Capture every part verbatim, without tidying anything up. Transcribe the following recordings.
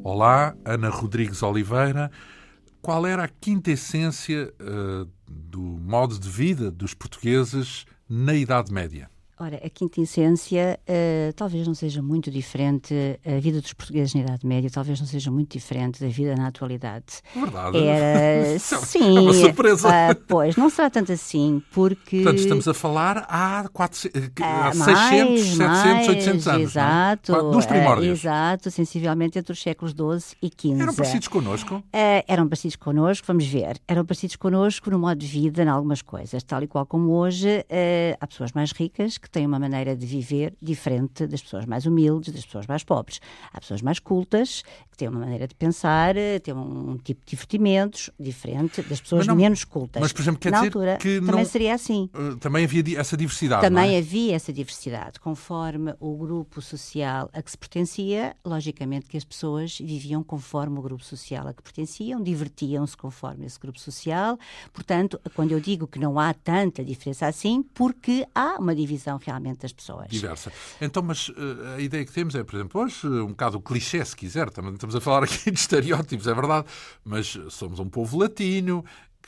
Olá, Ana Rodrigues Oliveira. Qual era a quinta essência uh, do modo de vida dos portugueses na Idade Média? Ora, a quinta essência uh, talvez não seja muito diferente, a vida dos portugueses na Idade Média talvez não seja muito diferente da vida na atualidade. Verdade. Era, sim. É uma surpresa. Uh, pois, não será tanto assim, porque... Portanto, estamos a falar há, quatrocentos, uh, há mais, seiscentos, setecentos, mais, oitocentos anos, exato, não é? Nos primórdios. Uh, exato, sensivelmente entre os séculos doze e quinze. Eram parecidos connosco? Uh, eram parecidos connosco, vamos ver. Eram parecidos connosco no modo de vida, em algumas coisas. Tal e qual como hoje, uh, há pessoas mais ricas que têm uma maneira de viver diferente das pessoas mais humildes, das pessoas mais pobres. Há pessoas mais cultas que têm uma maneira de pensar, têm um, um tipo de divertimentos diferente das pessoas não, menos cultas. Mas, por exemplo, quer Na dizer altura, que também não, seria assim. Uh, também havia essa diversidade, Também não é? havia essa diversidade. Conforme o grupo social a que se pertencia, logicamente que as pessoas viviam conforme o grupo social a que pertenciam, divertiam-se conforme esse grupo social. Portanto, quando eu digo que não há tanta diferença assim, porque há uma divisão realmente das pessoas. Diversa. Então, mas uh, a ideia que temos é, por exemplo, hoje, um bocado o clichê, se quiser, também estamos a falar aqui de estereótipos, é verdade, mas somos um povo latino,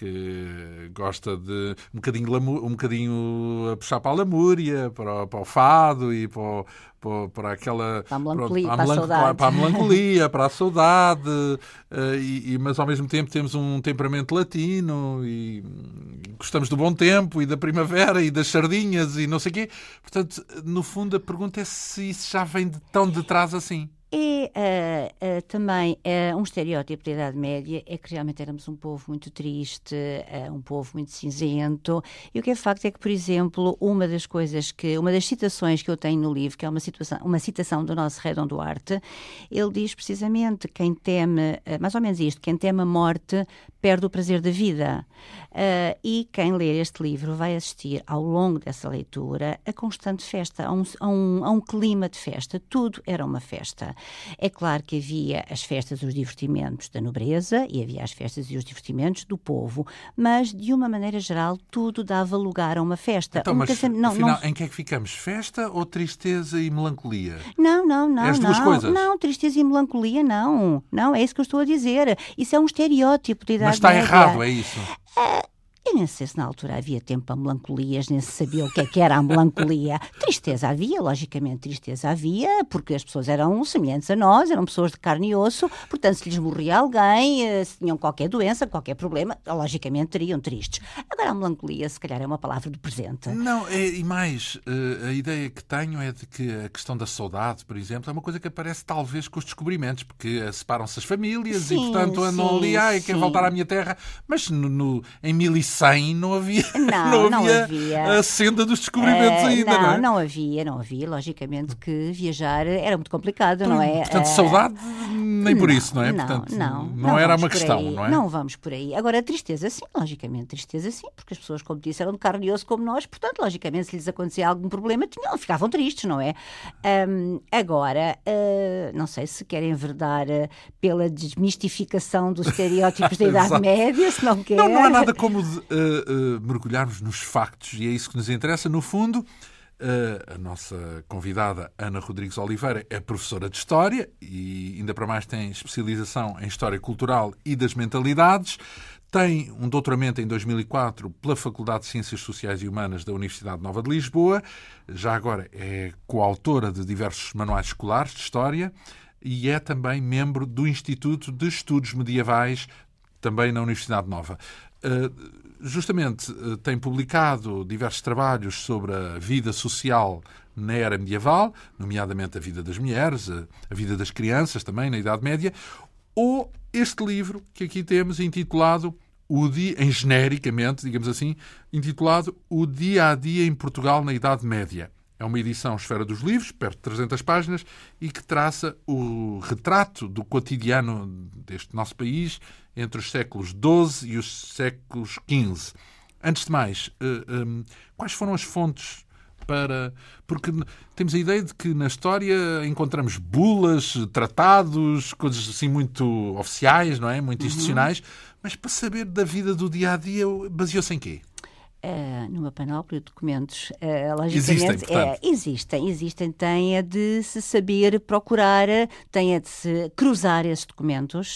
que gosta de um bocadinho, um bocadinho a puxar para a lamúria, para, para o fado e para, para, para aquela... Para a melancolia, para, para, a, a saudade. para a melancolia, para a saudade, uh, e, e, mas ao mesmo tempo temos um temperamento latino e gostamos do bom tempo e da primavera e das sardinhas e não sei o quê. Portanto, no fundo, a pergunta é se isso já vem de tão de trás assim. E uh, uh, também uh, um estereótipo da Idade Média é que realmente éramos um povo muito triste, uh, um povo muito cinzento. E o que é facto é que, por exemplo, uma das coisas que, uma das citações que eu tenho no livro, que é uma, situação, uma citação do nosso Redon Duarte, ele diz precisamente: quem teme, uh, mais ou menos isto, quem teme a morte perde o prazer da vida. Uh, e quem ler este livro vai assistir ao longo dessa leitura a constante festa, a um, a um, a um clima de festa. Tudo era uma festa. É claro que havia as festas e os divertimentos da nobreza e havia as festas e os divertimentos do povo, mas, de uma maneira geral, tudo dava lugar a uma festa. Então, um mas, casam... não, afinal, não... em que é que ficamos? Festa ou tristeza e melancolia? Não, não, não. É as duas não, coisas? Não, tristeza e melancolia, não. Não, é isso que eu estou a dizer. Isso é um estereótipo da Idade Mas está Média. errado, é isso? É... Eu nem sei se na altura havia tempo para melancolias, nem se sabia o que é que era a melancolia. Tristeza havia, logicamente tristeza havia, porque as pessoas eram semelhantes a nós, eram pessoas de carne e osso, portanto se lhes morria alguém, se tinham qualquer doença, qualquer problema, logicamente teriam tristes. Agora a melancolia se calhar é uma palavra do presente. Não, é, e mais, a ideia que tenho é de que a questão da saudade, por exemplo, é uma coisa que aparece talvez com os descobrimentos, porque separam-se as famílias sim, e portanto andam sim, ali, ai, quero voltar à minha terra, mas no, no, em mil e cem não havia, não, não havia, não havia a senda dos descobrimentos uh, ainda, não, não é? Não havia, não havia. Logicamente que viajar era muito complicado, não é? Portanto, saudade nem por não, isso, não é? Não, Portanto, não, não, não era uma por questão, aí, não é? Não vamos por aí. Agora, tristeza sim, logicamente, tristeza sim, porque as pessoas, como disse, eram de carne e osso como nós, portanto, logicamente, se lhes acontecia algum problema, tinham, ficavam tristes, não é? Um, agora, uh, não sei se querem enverdar uh, pela desmistificação dos estereótipos da Idade Média, se não quer. Não, não há nada como uh, uh, mergulharmos nos factos, e é isso que nos interessa. No fundo, uh, a nossa convidada, Ana Rodrigues Oliveira, é professora de História e, ainda para mais, tem especialização em História Cultural e das Mentalidades. Tem um doutoramento em dois mil e quatro pela Faculdade de Ciências Sociais e Humanas da Universidade Nova de Lisboa. Já agora é coautora de diversos manuais escolares de História e é também membro do Instituto de Estudos Medievais, também na Universidade Nova. Uh, justamente uh, tem publicado diversos trabalhos sobre a vida social na era medieval, nomeadamente a vida das mulheres, a, a vida das crianças também na Idade Média, ou este livro que aqui temos intitulado, o dia, em genericamente, digamos assim, intitulado O Dia a Dia em Portugal na Idade Média. É uma edição Esfera dos Livros, perto de trezentas páginas, e que traça o retrato do cotidiano deste nosso país entre os séculos doze e os séculos quinze. Antes de mais, quais foram as fontes para... Porque temos a ideia de que na história encontramos bulas, tratados, coisas assim muito oficiais, não é? Muito institucionais, uhum. Mas para saber da vida do dia-a-dia, baseou-se em quê? Uh, numa panóplia de documentos, uh, logicamente, existem, portanto. Uh, existem, existem, tem é de se saber procurar, tem é de se cruzar esses documentos,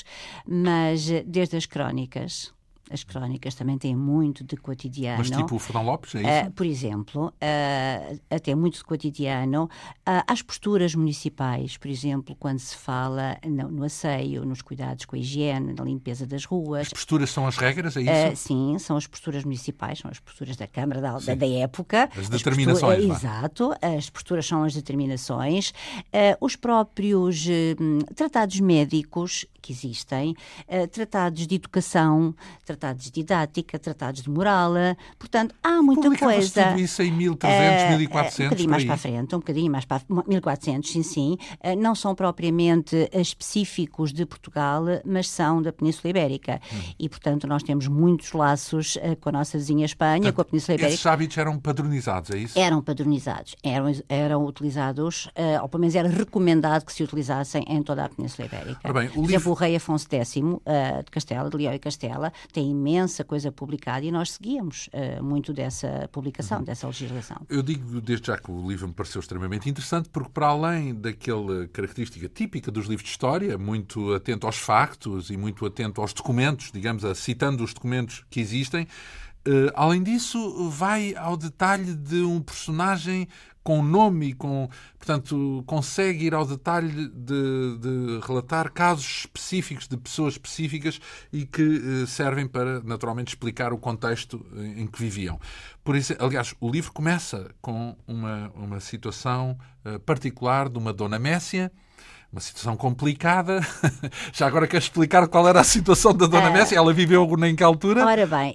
mas desde as crónicas. As crónicas também têm muito de cotidiano. Mas tipo o Fernão Lopes, é isso? Uh, por exemplo, uh, até muito de cotidiano. Uh, às posturas municipais, por exemplo, quando se fala no, no asseio, nos cuidados com a higiene, na limpeza das ruas. As posturas são as regras, é isso? Uh, sim, são as posturas municipais, são as posturas da Câmara da, da, da época. As determinações. As postura, exato, as posturas são as determinações. Uh, os próprios uh, tratados médicos que existem, uh, tratados de educação, tratados de didática, tratados de moral, portanto, há muita coisa. Tudo isso em mil e trezentos, uh, mil e quatrocentos? Um bocadinho mais para a frente, um bocadinho mais para mil e quatrocentos, sim, sim. Uh, não são propriamente específicos de Portugal, mas são da Península Ibérica. Hum. E, portanto, nós temos muitos laços uh, com a nossa vizinha Espanha, portanto, com a Península Ibérica. Esses hábitos eram padronizados, é isso? Eram padronizados, eram, eram utilizados, uh, ou pelo menos era recomendado que se utilizassem em toda a Península Ibérica. Bem, o Por livro... exemplo, o rei Afonso X, uh, de Castela, de Leão e Castela, tem imensa coisa publicada e nós seguíamos uh, muito dessa publicação, uhum. dessa legislação. Eu digo desde já que o livro me pareceu extremamente interessante porque, para além daquela característica típica dos livros de história, muito atento aos factos e muito atento aos documentos, digamos, a, citando os documentos que existem, uh, além disso, vai ao detalhe de um personagem com nome e com, portanto, consegue ir ao detalhe de, de relatar casos específicos de pessoas específicas e que uh, servem para, naturalmente, explicar o contexto em que viviam. Por isso, aliás, o livro começa com uma, uma situação uh, particular de uma Dona Messia, uma situação complicada. Já agora queres explicar qual era a situação da Dona uh, Messia? Ela viveu em que altura? Ora bem,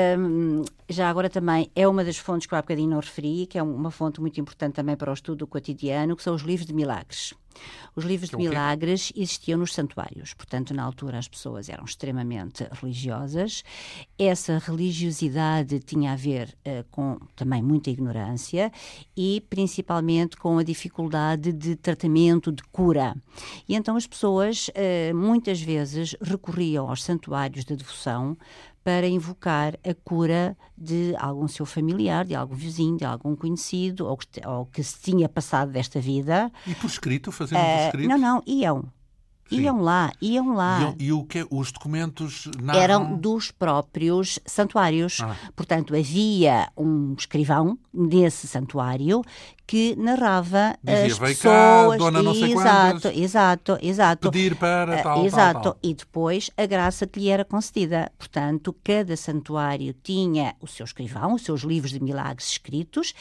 uh, já agora também é uma das fontes que eu há bocadinho não referi, que é uma fonte muito importante também para o estudo do cotidiano, que são os livros de milagres. Os livros de milagres existiam nos santuários, portanto, na altura as pessoas eram extremamente religiosas. Essa religiosidade tinha a ver uh, com também muita ignorância e principalmente com a dificuldade de tratamento, de cura. E então as pessoas uh, muitas vezes recorriam aos santuários de devoção para invocar a cura de algum seu familiar, de algum vizinho, de algum conhecido, ou que, ou que se tinha passado desta vida. E por escrito? Faziam uh, por escrito? Não, não, iam. Sim. Iam lá, iam lá. E, e o que os documentos narram? Eram dos próprios santuários. Ah. Portanto, havia um escrivão nesse santuário que narrava Dizia, as veio pessoas... cá, dona não sei exato, quantas, exato, exato. pedir para tal, uh, Exato, tal, tal. E depois a graça que lhe era concedida. Portanto, cada santuário tinha o seu escrivão, os seus livros de milagres escritos,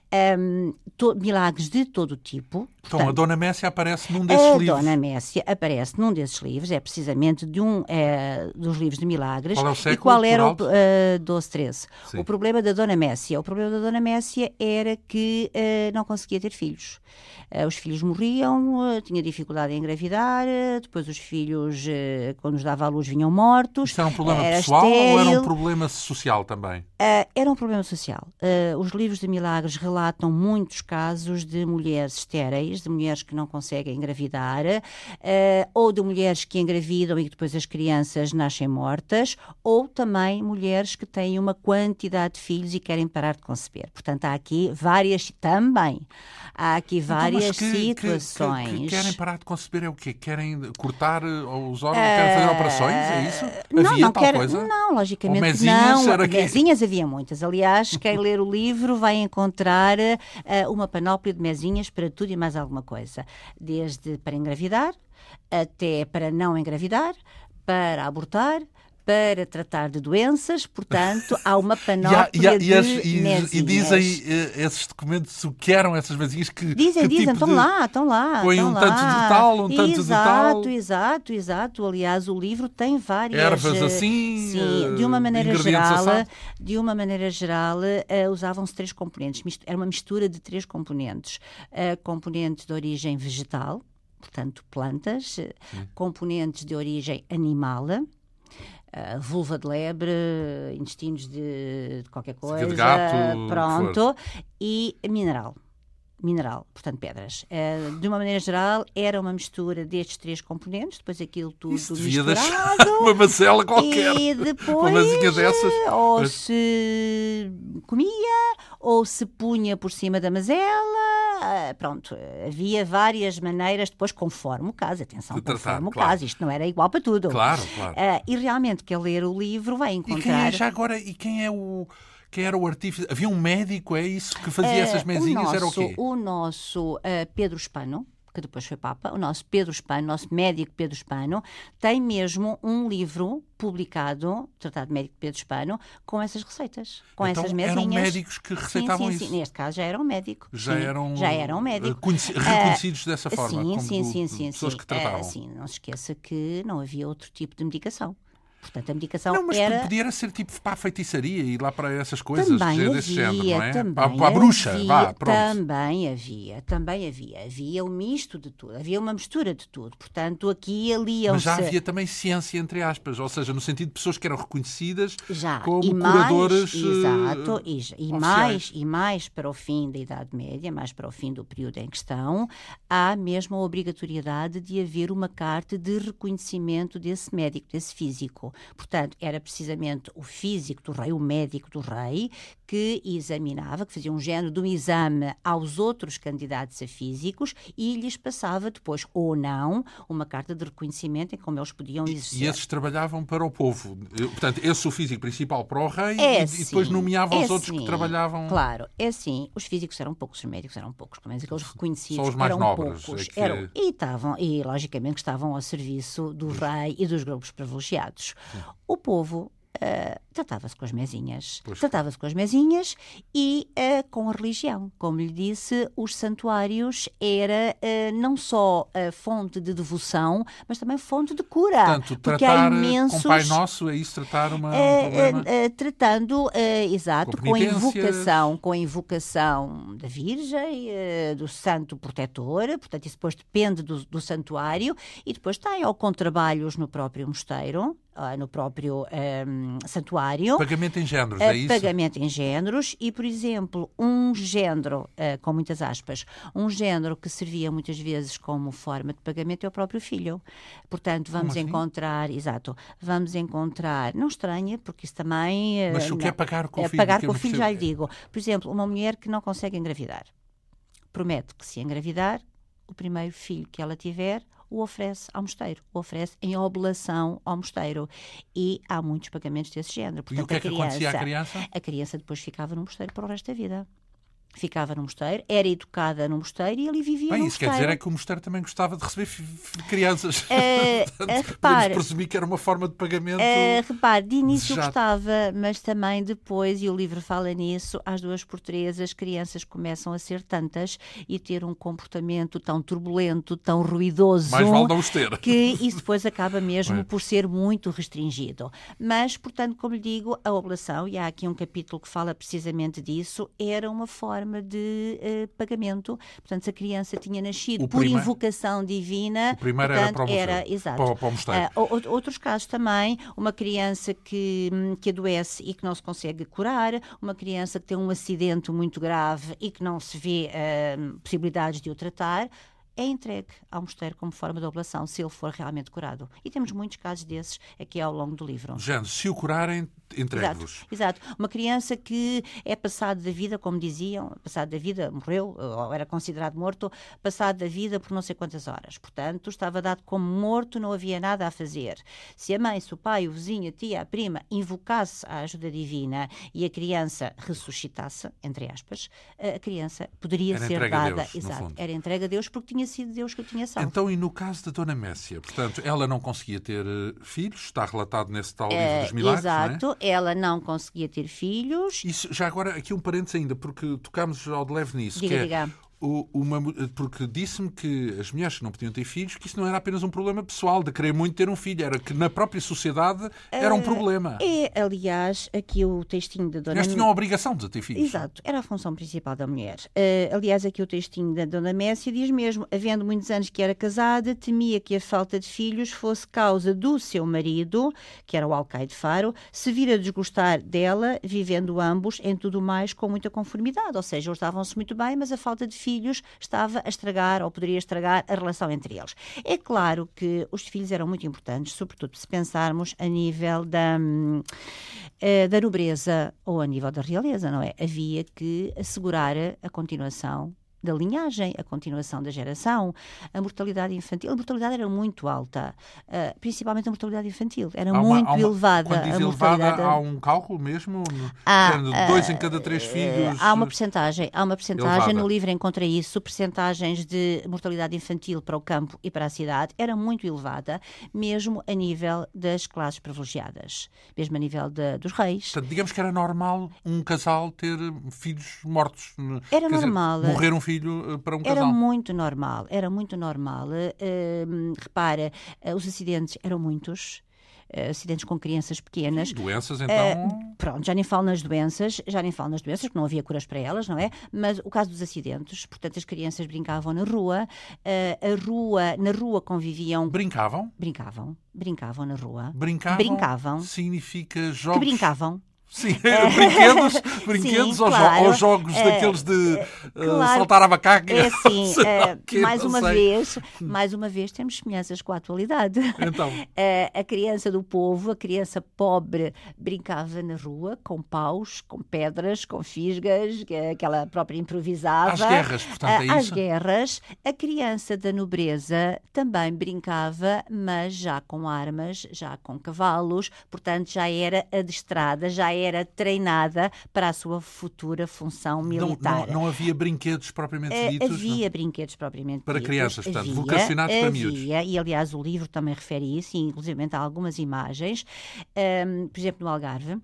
um, to, milagres de todo o tipo. Então, portanto, a Dona Messia aparece num desses a livros. A Dona Messia aparece num desses livros, é precisamente de um é, dos livros de milagres. Qual é o século? E qual era o uh, doze, treze? Sim. O problema da Dona Messia, o problema da Dona Messia era que uh, não conseguia ter filhos. Uh, os filhos morriam, uh, tinha dificuldade em engravidar, uh, depois os filhos, uh, quando nos dava à luz, vinham mortos. Isso era um problema era pessoal estéril. Ou era um problema social também? Uh, era um problema social. Uh, os livros de milagres relatam muitos casos de mulheres estéreis, de mulheres que não conseguem engravidar, uh, ou de mulheres que engravidam e que depois as crianças nascem mortas, ou também mulheres que têm uma quantidade de filhos e querem parar de conceber. Portanto, há aqui várias, também, há aqui várias então, mas que, situações. Que, que, que querem parar de conceber é o quê? Querem cortar os órgãos, uh, querem fazer operações, é isso? Não, havia não tal quer, coisa? Não, logicamente Ou mesinhas, não. Era que... Mesinhas havia muitas. Aliás, quem ler o livro vai encontrar uh, uma panóplia de mesinhas para tudo e mais alguma coisa. Desde para engravidar, até para não engravidar, para abortar, para tratar de doenças, portanto, há uma panóplia e há, e há, de e as, mesinhas. E, e dizem uh, esses documentos o que eram essas mesinhas? Que, dizem, que dizem, tipo estão de... lá, estão lá. Põe estão um lá. tanto de tal, um tanto exato, de tal. Exato, exato, exato. Aliás, o livro tem várias... Ervas assim, sim, de uma maneira ingredientes geral, assados. de uma maneira geral, uh, usavam-se três componentes. Era uma mistura de três componentes. Uh, componentes de origem vegetal, portanto, plantas, hum. componentes de origem animal, Uh, vulva de lebre, intestinos de, de qualquer coisa, de gato, pronto, e mineral. mineral, portanto pedras. Uh, de uma maneira geral, era uma mistura destes três componentes, depois aquilo tudo Isso devia misturado. Deixar uma macela qualquer. E depois, uma masinha dessas. ou Mas... se comia, ou se punha por cima da mazela. Uh, pronto, havia várias maneiras, depois conforme o caso, atenção, de tratar, conforme claro. o caso, isto não era igual para tudo. Claro, claro. Uh, e realmente, quer ler o livro, vai encontrar... E quem é já agora, e quem é o... Quem era o artífice? Havia um médico, é isso? Que fazia uh, essas mesinhas? O nosso, era o quê? O nosso uh, Pedro Spano, que depois foi Papa, o nosso Pedro Spano, nosso médico Pedro Spano, tem mesmo um livro publicado, Tratado Médico Pedro Spano, com essas receitas, com então, essas mesinhas. Eram médicos que receitavam sim, sim, isso? Sim, neste caso já eram médicos. Já sim, eram, já eram médicos. Conheci, reconhecidos uh, dessa forma, sim, como sim, do, sim, sim, pessoas sim. que tratavam. Uh, sim, não se esqueça que não havia outro tipo de medicação. Portanto, a medicação não, mas era... podia ser tipo para a feitiçaria e lá para essas coisas também desse havia, género, não é? Também para, para a bruxa, havia, vá, pronto. Também havia, também havia. Havia um misto de tudo, havia uma mistura de tudo. Portanto, aqui aliam-se... Mas já havia também ciência, entre aspas, ou seja, no sentido de pessoas que eram reconhecidas já, como e curadoras mais, exato, uh, e, e, mais, e mais para o fim da Idade Média, mais para o fim do período em questão, há mesmo a obrigatoriedade de haver uma carta de reconhecimento desse médico, desse físico. Portanto, era precisamente o físico do rei, o médico do rei, que examinava, que fazia um género de um exame aos outros candidatos a físicos e lhes passava depois, ou não, uma carta de reconhecimento em como eles podiam exercer. E esses trabalhavam para o povo. Portanto, esse é o físico principal para o rei é e, assim, e depois nomeava é os outros assim, que trabalhavam... Claro, é assim, os físicos eram poucos, os médicos eram poucos, pelo menos aqueles reconhecidos Só os mais eram nobres, poucos. é que... eram, e, estavam, e, logicamente, que estavam ao serviço do rei e dos grupos privilegiados. Sim. O povo Uh, tratava-se com as mesinhas. Pois. Tratava-se com as mesinhas e uh, com a religião. Como lhe disse, os santuários era uh, não só a fonte de devoção, mas também fonte de cura. Portanto, porque tratar há imensos, com Pai Nosso, é isso? Tratar uma, um uh, problema? Uh, uh, tratando, uh, exato, com, com a invocação, com a invocação da Virgem, uh, do Santo Protetor, portanto isso depois depende do, do santuário, e depois tem ou com trabalhos no próprio mosteiro, no próprio um, santuário. Pagamento em géneros, é isso? Pagamento em géneros e, por exemplo, um género, uh, com muitas aspas, um género que servia muitas vezes como forma de pagamento é o próprio filho. Portanto, vamos Como assim? encontrar, exato, vamos encontrar, não estranha, porque isso também... Uh, Mas o que não, é pagar com o é filho? Pagar com o filho, já lhe digo. Por exemplo, uma mulher que não consegue engravidar, promete que se engravidar, o primeiro filho que ela tiver o oferece ao mosteiro, o oferece em oblação ao mosteiro. E há muitos pagamentos desse género. Portanto, e o que é que a criança, acontecia à criança? A criança depois ficava no mosteiro para o resto da vida. Ficava no mosteiro, era educada no mosteiro e ali vivia Bem, no isso mosteiro. quer dizer é que o mosteiro também gostava de receber crianças. Uh, Portanto, repare, podemos presumir que era uma forma de pagamento uh, repare, de início desejado. Gostava, mas também depois, e o livro fala nisso, às duas por três as crianças começam a ser tantas e ter um comportamento tão turbulento, tão ruidoso, mais vale não os ter. Que isso depois acaba mesmo Bem. por ser muito restringido. Mas, portanto, como lhe digo, a oblação, e há aqui um capítulo que fala precisamente disso, era uma forma de uh, pagamento. Portanto, se a criança tinha nascido o por prima... invocação divina... O primeiro portanto, era para o museu, era, exato. Para, para o mosteiro. Uh, outros casos também, uma criança que, que adoece e que não se consegue curar, uma criança que tem um acidente muito grave e que não se vê uh, possibilidades de o tratar, é entregue ao mosteiro como forma de oblação, se ele for realmente curado. E temos muitos casos desses aqui ao longo do livro. Gente, se o curarem, entregue-vos. Exato, exato. Uma criança que é passado da vida, como diziam, passado da vida, morreu, ou era considerado morto, passado da vida por não sei quantas horas. Portanto, estava dado como morto, não havia nada a fazer. Se a mãe, se o pai, o vizinho, a tia, a prima, invocasse a ajuda divina e a criança ressuscitasse, entre aspas, a criança poderia era ser dada. Deus, exato, era entregue a Deus porque tinha sido Deus que o tinha salvo. Então, e no caso da Dona Messia, portanto, ela não conseguia ter uh, filhos, está relatado nesse tal livro é, dos milagres, exato, não é? Ela não conseguia ter filhos. Isso, já agora, aqui um parênteses ainda, porque tocámos ao de leve nisso, Diga, que é, diga. O, uma, porque disse-me que as mulheres que não podiam ter filhos, que isso não era apenas um problema pessoal, de querer muito ter um filho, era que na própria sociedade era um problema. É, aliás, aqui o textinho da Dona... Elas tinham a obrigação de ter filhos. Exato, era a função principal da mulher. Uh, aliás, aqui o textinho da Dona Messia diz mesmo, havendo muitos anos que era casada, temia que a falta de filhos fosse causa do seu marido, que era o alcaide de Faro, se vir a desgostar dela, vivendo ambos em tudo mais com muita conformidade. Ou seja, eles davam-se muito bem, mas a falta de filhos estava a estragar ou poderia estragar a relação entre eles. É claro que os filhos eram muito importantes, sobretudo se pensarmos a nível da, da nobreza ou a nível da realeza, não é? Havia que assegurar a continuação da linhagem, a continuação da geração. A mortalidade infantil, a mortalidade era muito alta, uh, principalmente a mortalidade infantil, era há uma, muito há uma, elevada. Quando diz a elevada, mortalidade... há um cálculo mesmo? Há, Dois em cada três filhos? Há uma percentagem, há uma percentagem, elevada. no livro encontra isso, percentagens de mortalidade infantil para o campo e para a cidade, era muito elevada, mesmo a nível das classes privilegiadas, mesmo a nível de, dos reis. Portanto, digamos que era normal um casal ter filhos mortos. Era Quer normal. Dizer, morrer um filho para um Era casal. muito normal, era muito normal. Uh, repara, uh, os acidentes eram muitos. Uh, acidentes com crianças pequenas. Doenças, então... Uh, pronto, já nem falo nas doenças, já nem falo nas doenças, porque não havia curas para elas, não é? Mas o caso dos acidentes, portanto, as crianças brincavam na rua, uh, a rua, na rua conviviam... Brincavam? Brincavam, brincavam na rua. Brincavam? Brincavam. Significa jogos... Que brincavam. Sim, brinquedos, brinquedos Sim, ou, claro. jo ou jogos É, daqueles de claro, uh, saltar a macaca. É assim, uh, quê, mais uma sei. vez, mais uma vez temos semelhanças com a atualidade. Então. Uh, a criança do povo, a criança pobre, brincava na rua com paus, com pedras, com fisgas, que ela própria improvisava. Às guerras, portanto, é uh, Às isso? guerras. A criança da nobreza também brincava, mas já com armas, já com cavalos, portanto já era adestrada, já era treinada para a sua futura função militar. Não, não, não havia brinquedos propriamente ditos? Havia não? brinquedos propriamente para ditos. crianças, portanto, havia, vocacionados havia, para miúdos. E, aliás, o livro também refere isso, e inclusive há algumas imagens. Um, por exemplo, no Algarve,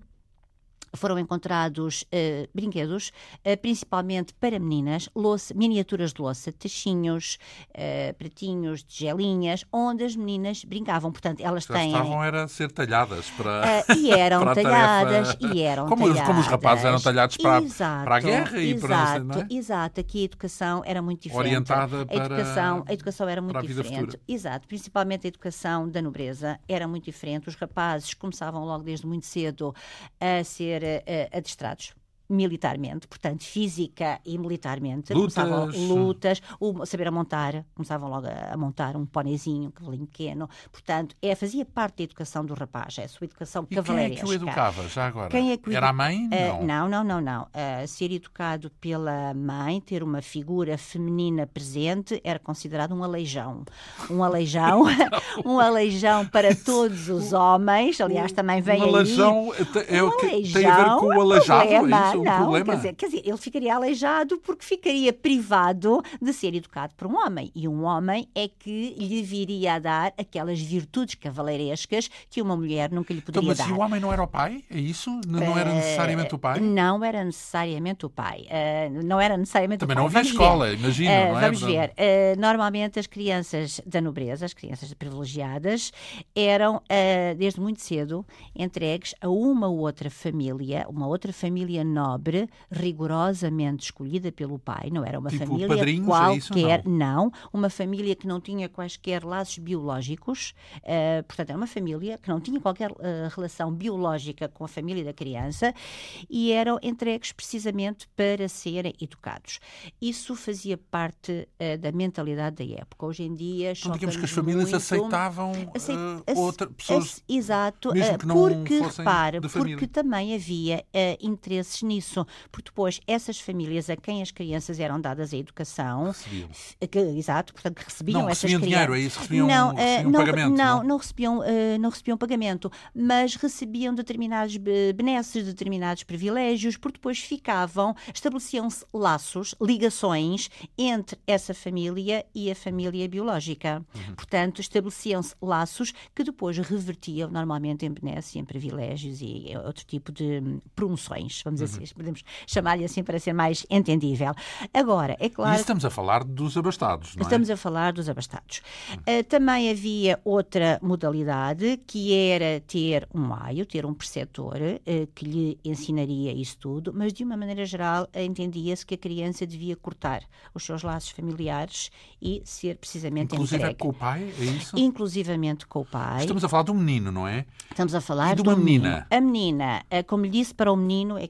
foram encontrados uh, brinquedos, uh, principalmente para meninas, louça, miniaturas de louça, tachinhos, uh, pratinhos, tigelinhas, onde as meninas brincavam. Portanto, elas Já têm... estavam era a ser talhadas para, uh, e eram para a talhadas, tarefa. e eram como, talhadas. Como os rapazes eram talhados para, exato, para a guerra e exato, para... Não é? Exato, aqui a educação era muito diferente. Orientada para a educação, a educação era muito para a vida diferente. futura. Exato, principalmente a educação da nobreza era muito diferente. Os rapazes começavam logo desde muito cedo a ser uh, adestrados militarmente, portanto, física e militarmente. Lutas. Começavam lutas, o, saber a montar, começavam logo a, a montar um ponezinho, um cavalinho pequeno. Portanto, é, fazia parte da educação do rapaz, é a sua educação e cavaleiresca. quem é que o educava, já agora? Quem é que o Era a mãe? Uh, Não. não, não, não, não. Uh, ser educado pela mãe, ter uma figura feminina presente, era considerado um aleijão. Um aleijão, um aleijão para todos os homens. Aliás, também vem um aleijão, aí... É o um que aleijão, tem a ver com o aleijado, problema, é isso? Um não, problema? Quer dizer, quer dizer, ele ficaria aleijado porque ficaria privado de ser educado por um homem. E um homem é que lhe viria a dar aquelas virtudes cavaleirescas que uma mulher nunca lhe poderia então, mas dar. Mas e o homem não era o pai? É isso? Não, não era necessariamente o pai? Não era necessariamente o pai. Uh, não era necessariamente Também o pai. não havia Vamos escola, ver. imagino, Uh, não é? Vamos ver. Uh, normalmente as crianças da nobreza, as crianças privilegiadas, eram, uh, desde muito cedo, entregues a uma ou outra família, uma outra família nobre, rigorosamente escolhida pelo pai. Não era uma tipo família padrinhos, qualquer, é isso? Não. não. Uma família que não tinha quaisquer laços biológicos. Uh, portanto, era uma família que não tinha qualquer uh, relação biológica com a família da criança e eram entregues precisamente para serem educados. Isso fazia parte uh, da mentalidade da época. Hoje em dia, então, digamos que as choca-nos famílias muito, aceitavam aceit- uh, ace- outra, pessoas, ace- exato, mesmo uh, que não porque, fossem repara, da família. porque também havia uh, interesses nisso, porque depois essas famílias a quem as crianças eram dadas a educação, Recebiam. que, exato, portanto, que recebiam Não, essas recebiam crianças. dinheiro, é isso? Recebiam, não, uh, recebiam não, pagamento? Não, Não, não recebiam, uh, não recebiam pagamento, mas recebiam determinados be- benesses, determinados privilégios, porque depois ficavam, estabeleciam-se laços, ligações entre essa família e a família biológica. Uhum. Portanto, estabeleciam-se laços que depois revertiam normalmente em benesses, em privilégios e outro tipo de promoções, vamos uhum. assim, podemos chamar-lhe assim para ser mais entendível. Agora, é claro... E estamos a falar dos abastados, não é? Estamos a falar dos abastados. Uh, também havia outra modalidade, que era ter um aio, ter um preceptor, uh, que lhe ensinaria isso tudo, mas de uma maneira geral uh, entendia-se que a criança devia cortar os seus laços familiares e ser precisamente Inclusive entregue. é com o pai, é isso? Inclusivamente com o pai. Estamos a falar de um menino, não é? Estamos a falar E de de uma um menina. menino. A menina, uh, como lhe disse, para o menino é que realmente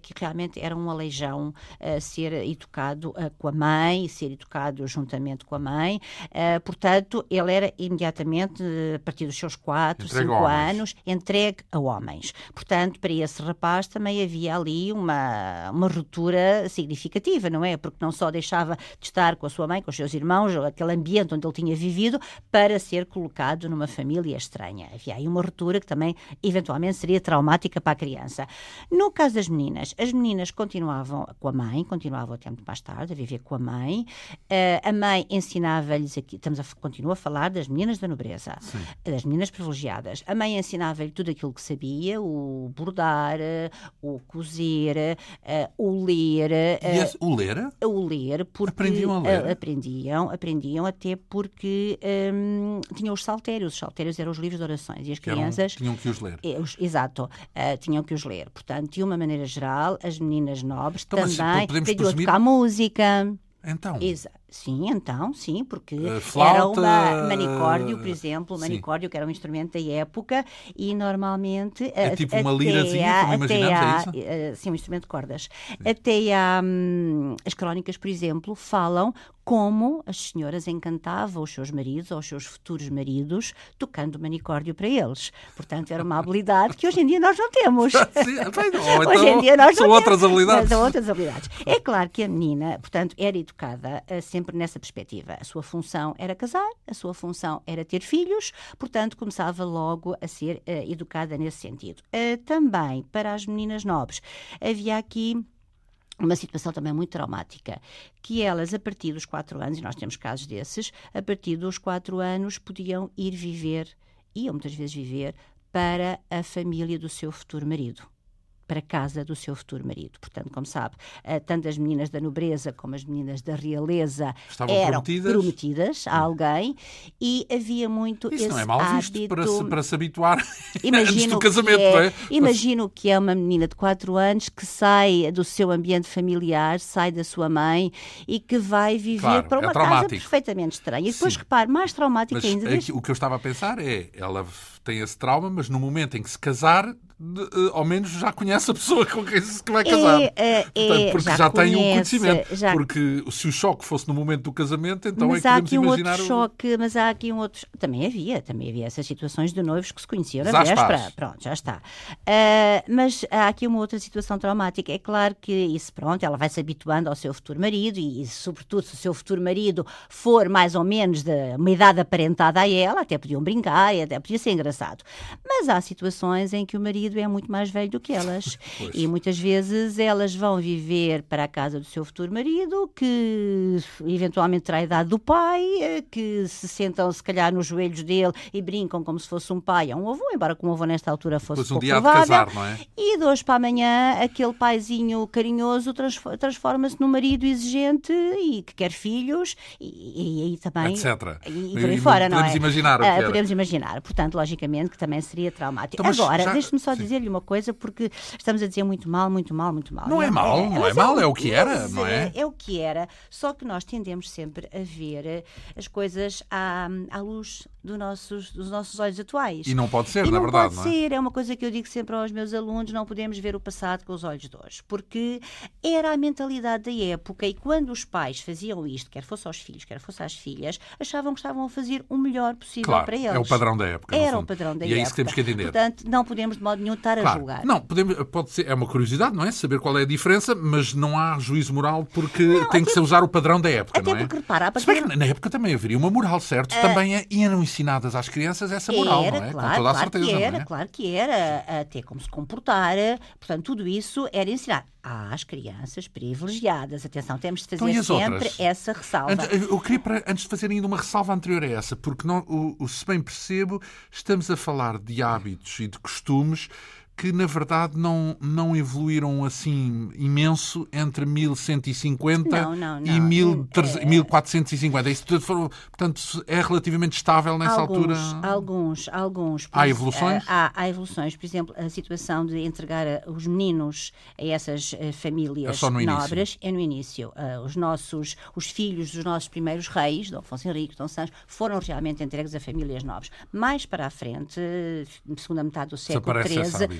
realmente era um aleijão uh, ser educado uh, com a mãe, ser educado juntamente com a mãe. Uh, portanto, ele era imediatamente, uh, a partir dos seus quatro, cinco anos, entregue a homens. Portanto, para esse rapaz também havia ali uma, uma ruptura significativa, não é? Porque não só deixava de estar com a sua mãe, com os seus irmãos, aquele ambiente onde ele tinha vivido, para ser colocado numa família estranha. Havia aí uma ruptura que também, eventualmente, seria traumática para a criança. No caso das meninas, as meninas continuavam com a mãe, continuavam até muito mais tarde a viver com a mãe. Uh, a mãe ensinava-lhes, aqui, estamos a, continua a falar das meninas da nobreza, Sim. das meninas privilegiadas. A mãe ensinava-lhe tudo aquilo que sabia, o bordar, o cozer, uh, o ler. Uh, e esse, o ler? O ler, porque... Aprendiam a ler? Uh, aprendiam, aprendiam até porque um, tinham os saltérios. Os saltérios eram os livros de orações e as que crianças... Eram, tinham que os ler. É, os, exato, uh, tinham que os ler. Portanto, de uma maneira geral, as meninas nobres então, também aprendiam presumir... a tocar música. Então... Exa sim, então, sim, porque uh, flauta... era uma manicórdio, por exemplo, o manicórdio, sim. que era um instrumento da época, e normalmente... É a, tipo uma lirazinha, como imaginamos, há, é isso? Uh, sim, um instrumento de cordas. Sim. Até há, hum, as crónicas, por exemplo, falam como as senhoras encantavam os seus maridos ou os seus futuros maridos tocando manicórdio para eles. Portanto, era uma habilidade que hoje em dia nós não temos. Sim, bem, ou então hoje em dia nós são não outras temos. habilidades. São outras habilidades. É claro que a menina, portanto, era educada uh, sempre nessa perspectiva. A sua função era casar, a sua função era ter filhos, portanto, começava logo a ser uh, educada nesse sentido. Uh, também, para as meninas nobres, havia aqui uma situação também muito traumática, que elas, a partir dos quatro anos, e nós temos casos desses, a partir dos quatro anos podiam ir viver, iam muitas vezes viver, para a família do seu futuro marido. Para a casa do seu futuro marido. Portanto, como sabe, tanto as meninas da nobreza como as meninas da realeza estavam eram prometidas, prometidas a alguém, e havia muito Isso esse não é mal visto hábito... para se, para se habituar imagino antes do casamento, é, não é? Imagino que é uma menina de quatro anos que sai do seu ambiente familiar, sai da sua mãe e que vai viver claro, para uma é casa perfeitamente estranha. E depois, Sim. repare, mais traumática mas ainda. É que, o que eu estava a pensar é, ela tem esse trauma, mas no momento em que se casar, de, uh, ao menos já conhece a pessoa com quem se vai casar. É, é, Portanto, porque já, já tem conhece, um conhecimento. Já... Porque se o choque fosse no momento do casamento, então mas é que há podemos aqui um imaginar... outro o... choque, mas há aqui um outro... Também havia, também havia essas situações de noivos que se conheciam na Zaspaz. véspera. Pronto, já está. Uh, mas há aqui uma outra situação traumática. É claro que isso, pronto, ela vai se habituando ao seu futuro marido e, e, sobretudo, se o seu futuro marido for mais ou menos de uma idade aparentada a ela, até podiam brincar, até podia ser engraçado. Mas há situações em que o marido é muito mais velho do que elas. E muitas vezes elas vão viver para a casa do seu futuro marido, que eventualmente terá a idade do pai, que se sentam se calhar nos joelhos dele e brincam como se fosse um pai ou um avô, embora que um avô nesta altura fosse Depois um pouco dia provável. de casar, não é? E de hoje para amanhã aquele paizinho carinhoso transforma-se num marido exigente e que quer filhos e aí também... etcétera. E, e por aí fora, não é? Podemos imaginar o que era. Podemos imaginar. Portanto, logicamente que também seria traumático. Então, agora, já... deixe-me só Sim. dizer-lhe uma coisa, porque estamos a dizer muito mal, muito mal, muito mal. Não, não é mal, é, não é mal, é o que era, não é? É o que era, só que nós tendemos sempre a ver as coisas à, à luz do nossos, dos nossos olhos atuais. E não pode ser, e na não verdade, pode não é? ser, é uma coisa que eu digo sempre aos meus alunos, não podemos ver o passado com os olhos de hoje, porque era a mentalidade da época e quando os pais faziam isto, quer fosse aos filhos, quer fosse às filhas, achavam que estavam a fazer o melhor possível claro, para eles. É o padrão da época. Era o padrão da época. E é isso que temos que entender. Portanto, não podemos de modo nenhum estar claro. a julgar. Não, podemos, pode ser, é uma curiosidade, não é? Saber qual é a diferença, mas não há juízo moral porque não, tem que se usar o padrão da época, até não é? Porque, repara, a partir... Se bem que na época também haveria uma moral, certo? Uh... Também eram ensinadas às crianças essa moral, era, não é? Claro, Com toda a claro certeza, que era, não é? Claro que era, até como se comportar, portanto, tudo isso era ensinar às crianças privilegiadas. Atenção, temos de fazer então, sempre outras? essa ressalva. Antes, eu queria, para, antes de fazer ainda uma ressalva anterior a essa, porque não, o, o, se bem percebo, estamos a falar de hábitos e de costumes que, na verdade, não, não evoluíram assim imenso entre mil cento e cinquenta não, não, não. e mil quatrocentos e cinquenta. Isso, portanto, é relativamente estável nessa alguns, altura? Alguns, alguns. Há evoluções? Há, há evoluções. Por exemplo, a situação de entregar os meninos a essas famílias é no nobres é no início. Os nossos, os filhos dos nossos primeiros reis, Dom Afonso Henrique, Dom Sancho, foram realmente entregues a famílias nobres. Mais para a frente, segunda metade do século treze,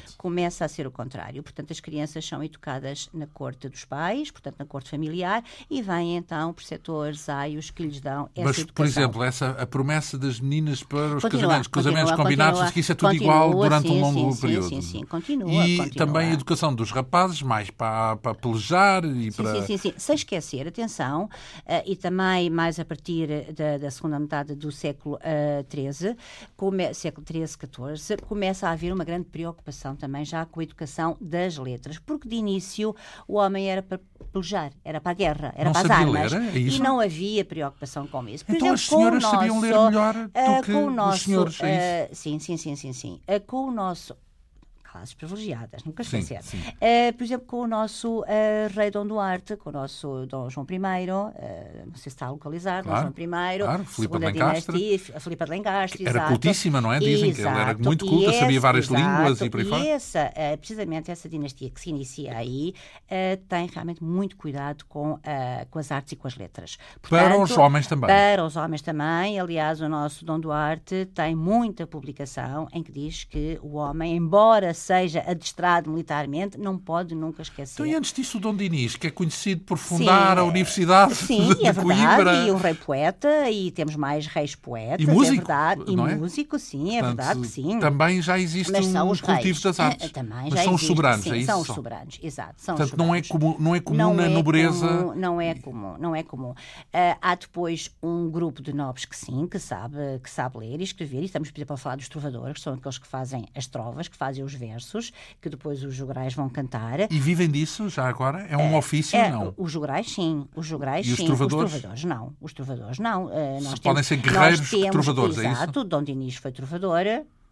Perfeito. Começa a ser o contrário. Portanto, as crianças são educadas na corte dos pais, portanto, na corte familiar, e vêm então preceptores, aios, que lhes dão essa Mas, educação. por exemplo, essa, a promessa das meninas para os Continua, casamentos, casamentos continua, combinados, continua, que isso é tudo continua, igual durante sim, um longo sim, período. Sim, sim, sim, continua. E continua. também a educação dos rapazes, mais para, para pelejar e Sim, para... sim, sim, sim. Sem esquecer, atenção, uh, e também mais a partir da, da segunda metade do século uh, treze, come, século treze, catorze, começa a haver uma grande preocupação também já com a educação das letras, porque de início o homem era para pelejar, era para a guerra, era Não para as sabia armas, ler, é isso? e não havia preocupação com isso. Por Então exemplo, as senhoras com o nosso, sabiam ler melhor do uh, que com o os nosso, senhores, é isso? uh, sim, sim, sim, sim, sim. Uh, com o nosso classes privilegiadas, nunca Sim, esquecer. sim. Uh, por exemplo, com o nosso uh, rei Dom Duarte, com o nosso Dom João primeiro, uh, não sei se está a localizar, Claro, Dom João primeiro, claro, Filipe de segunda Lencastre. dinastia, a Filipa de Lencastre, Era exato. cultíssima, não é? Dizem que ela era Exato. muito culta, E sabia esse- várias exato. línguas e por aí E fora. essa, uh, precisamente essa dinastia que se inicia aí, uh, tem realmente muito cuidado com, uh, com as artes e com as letras. Para Portanto, os homens também. Para os homens também. Aliás, o nosso Dom Duarte tem muita publicação em que diz que o homem, embora seja adestrado militarmente, não pode nunca esquecer. Então, e antes disso, o Dom Dinis, que é conhecido por fundar Sim, a Universidade Sim, de é verdade, Coimbra. e um rei poeta, e temos mais reis poetas, E músico, é verdade, e não é? músico, sim, é Portanto, verdade que sim. Também já existe Mas são um os cultivo reis. das artes. Também Mas já são os existe, soberanos, sim, é isso? São os São. soberanos, exato. São Portanto, os não é soberanos. comum, não é comum Não na é nobreza. comum, não é comum, não é comum. Uh, há depois um grupo de nobres que sim, que sabe, que sabe ler e escrever, e estamos, por exemplo, a falar dos trovadores, que são aqueles que fazem as trovas, que fazem os versos, que depois os jograis vão cantar. E vivem disso já agora? É um ofício? É, Não. Os jograis, sim. Os jograis, E os sim. trovadores? Os trovadores, não. Os trovadores, não. Uh, nós Podem temos, ser guerreiros nós temos, trovadores, é isso? Exato. Dom Dinis foi trovador.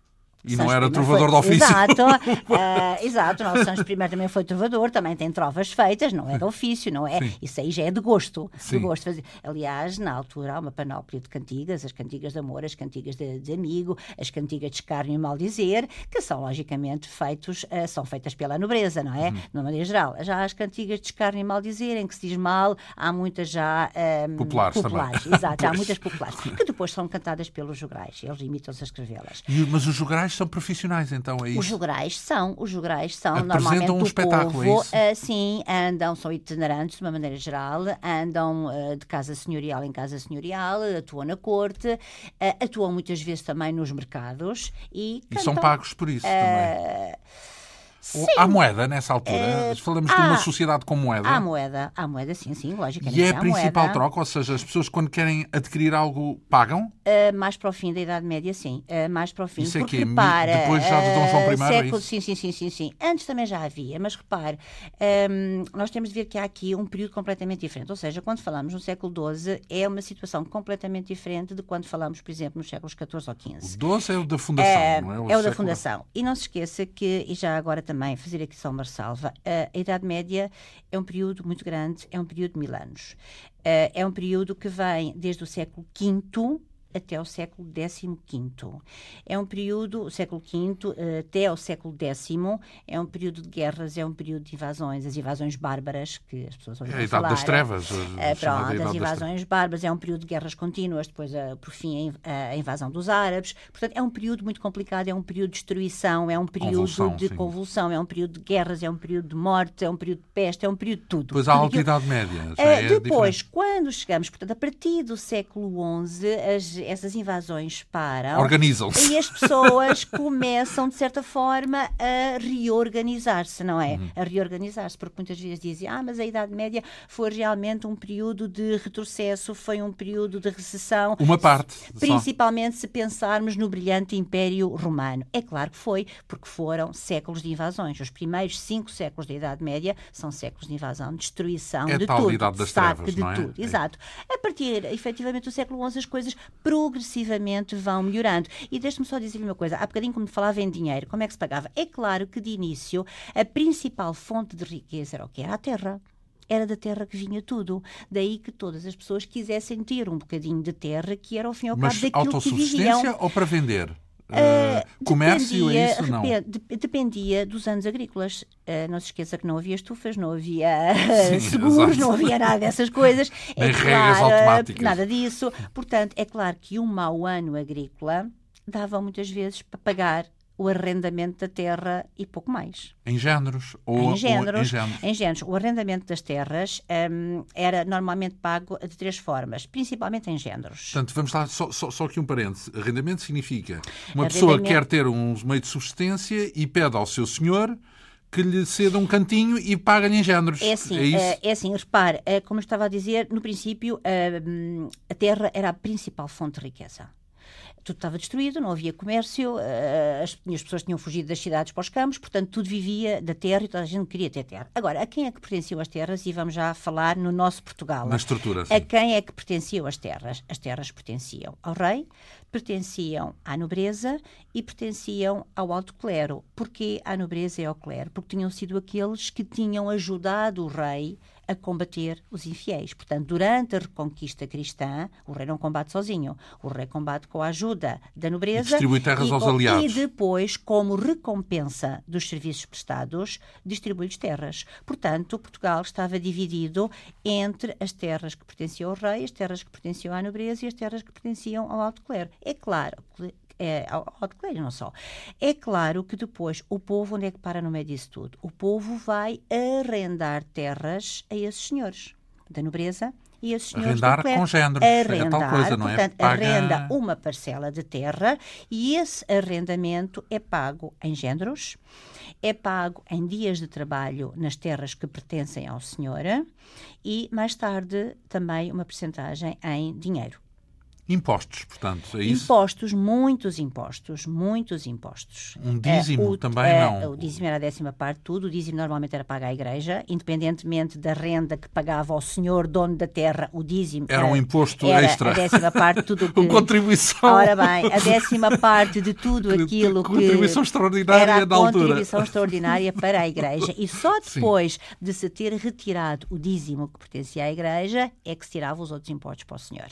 E Sancho não era I trovador foi... de ofício. Exato, uh, exato. O nosso Sancho I também foi trovador, também tem trovas feitas, não é de ofício, não é? Sim. Isso aí já é de gosto. Sim. De gosto de fazer. Aliás, na altura há uma panóplia de cantigas, as cantigas de amor, as cantigas de, de amigo, as cantigas de escárnio e maldizer, que são logicamente feitos, uh, são feitas pela nobreza, não é? Uhum. De uma maneira geral. Já as cantigas de escárnio e maldizer, em que se diz mal, há muitas já um, Populares populares. também. Exato, há Pois. muitas populares, que depois são cantadas pelos jograis. Eles limitam-se a escrevê-las. E- Mas os jograis são profissionais, então, é Os isso? jograis são, os jograis são Apresentam normalmente um do espetáculo, é povo, isso? ah, sim, andam, são itinerantes de uma maneira geral, andam ah, de casa senhorial em casa senhorial, atuam na corte, ah, atuam muitas vezes também nos mercados e E cantam. são pagos por isso também. ah, Ou sim, há moeda nessa altura? Eh, Falamos de há- uma sociedade com moeda. há moeda, há moeda, sim, sim, logicamente. E é a há principal moeda. troca? Ou seja, as pessoas quando querem adquirir algo pagam? Uh, mais para o fim da Idade Média, sim. Uh, mais para o fim. Isso é porque quê? Mi- repara, depois já de Dom João I, uh, é século, isso? sim, sim, sim, sim, sim. Antes também já havia, mas repare, um, nós temos de ver que há aqui um período completamente diferente. Ou seja, quando falamos no século doze, é uma situação completamente diferente de quando falamos, por exemplo, nos séculos catorze ou quinze. O doze é o da fundação, É, não é? é o século- da Fundação. E não se esqueça que, e já agora também fazer aqui só uma ressalva, a Idade Média é um período muito grande, é um período de mil anos. Eh, É um período que vem desde o século quinto até ao século décimo quinto. É um período, o século quinto eh, até ao século décimo, é um período de guerras, é um período de invasões, as invasões bárbaras, que as pessoas É ouviram a Idade falar. das Trevas. Eh, chamada Idade pronto, das as Trevas. invasões bárbaras, é um período de guerras contínuas, depois, eh, por fim, a inv- a invasão dos árabes. Portanto, é um período muito complicado, é um período de destruição, é um período Convulsão, de sim. convulsão, é um período de guerras, é um período de morte, é um período de peste, é um período de tudo. Depois há a Tudo Alta aquilo- Idade Média. Já eh, é depois, diferente. quando chegamos, portanto, a partir do século onze, as- essas invasões param. Organizam-se. E as pessoas começam, de certa forma, a reorganizar-se, não é? Uhum. A reorganizar-se, porque muitas vezes dizem, ah, mas a Idade Média foi realmente um período de retrocesso, foi um período de recessão. Uma parte. só. Principalmente se pensarmos no brilhante Império Romano. É claro que foi, porque foram séculos de invasões. Os primeiros cinco séculos da Idade Média são séculos de invasão, de destruição, É a de tal tudo, Idade das de saque, Trevas, de não é? tudo. É. Exato. A partir, efetivamente, do século onze, as coisas progressivamente vão melhorando. E deixe-me só dizer-lhe uma coisa. Há bocadinho, como falava em dinheiro, como é que se pagava? É claro que, de início, a principal fonte de riqueza era o que? Era a terra. Era da terra que vinha tudo. Daí que todas as pessoas quisessem ter um bocadinho de terra, que era, ao fim e ao cabo, Mas daquilo que autossubsistência viviam. ou para vender? Uh, Uh, comércio é dependia, isso? Não. repe- de- dependia dos anos agrícolas. Uh, não se esqueça que não havia estufas, não havia Sim, seguros, exato. não havia nada dessas coisas. Nem é regras claro, automáticas. nada disso. Portanto, é claro que um mau ano agrícola dava muitas vezes para pagar o arrendamento da terra e pouco mais. Em géneros? Ou, em, géneros, ou em géneros? Em géneros. O arrendamento das terras um, era normalmente pago de três formas, principalmente em géneros. Portanto, vamos lá, só, só, só aqui um parêntese. Arrendamento significa uma pessoa Arrendamento... quer ter uns meios de subsistência e pede ao seu senhor que lhe ceda um cantinho e paga-lhe em géneros. É assim, é, isso? é assim, repare, como eu estava a dizer, no princípio a terra era a principal fonte de riqueza. Tudo estava destruído, não havia comércio, as, as pessoas tinham fugido das cidades para os campos, portanto tudo vivia da terra e toda a gente queria ter terra. Agora, a quem é que pertenciam as terras? E vamos já falar no nosso Portugal. Na estrutura, sim. A quem é que pertenciam as terras? As terras pertenciam ao rei, pertenciam à nobreza e pertenciam ao alto clero. Porquê à nobreza e ao clero? Porque tinham sido aqueles que tinham ajudado o rei a combater os infiéis. Portanto, durante a reconquista cristã, o rei não combate sozinho. O rei combate com a ajuda da nobreza. E distribui terras e, aos aliados. E depois, como recompensa dos serviços prestados, distribui-lhes terras. Portanto, Portugal estava dividido entre as terras que pertenciam ao rei, as terras que pertenciam à nobreza e as terras que pertenciam ao alto clero. É claro que É, ao alto clero, não só. É claro que depois o povo, onde é que para no meio disso tudo? O povo vai arrendar terras a esses senhores da nobreza e esses senhores arrendar do clero. Com géneros, arrendar, é tal coisa, não portanto, é? Paga... arrenda uma parcela de terra e esse arrendamento é pago em géneros, é pago em dias de trabalho nas terras que pertencem ao senhor e, mais tarde, também uma percentagem em dinheiro. Impostos, portanto, é isso? Impostos, muitos impostos, muitos impostos. Um dízimo uh, o, também uh, não? O dízimo era a décima parte, tudo. O dízimo normalmente era pago à igreja, independentemente da renda que pagava ao senhor dono da terra, o dízimo era um uh, imposto era extra. a décima parte, tudo que... Uma contribuição. Ora bem, a décima parte de tudo aquilo que... Contribuição extraordinária era a na altura. contribuição extraordinária para a igreja. E só depois Sim. de se ter retirado o dízimo que pertencia à igreja é que se tiravam os outros impostos para o senhor.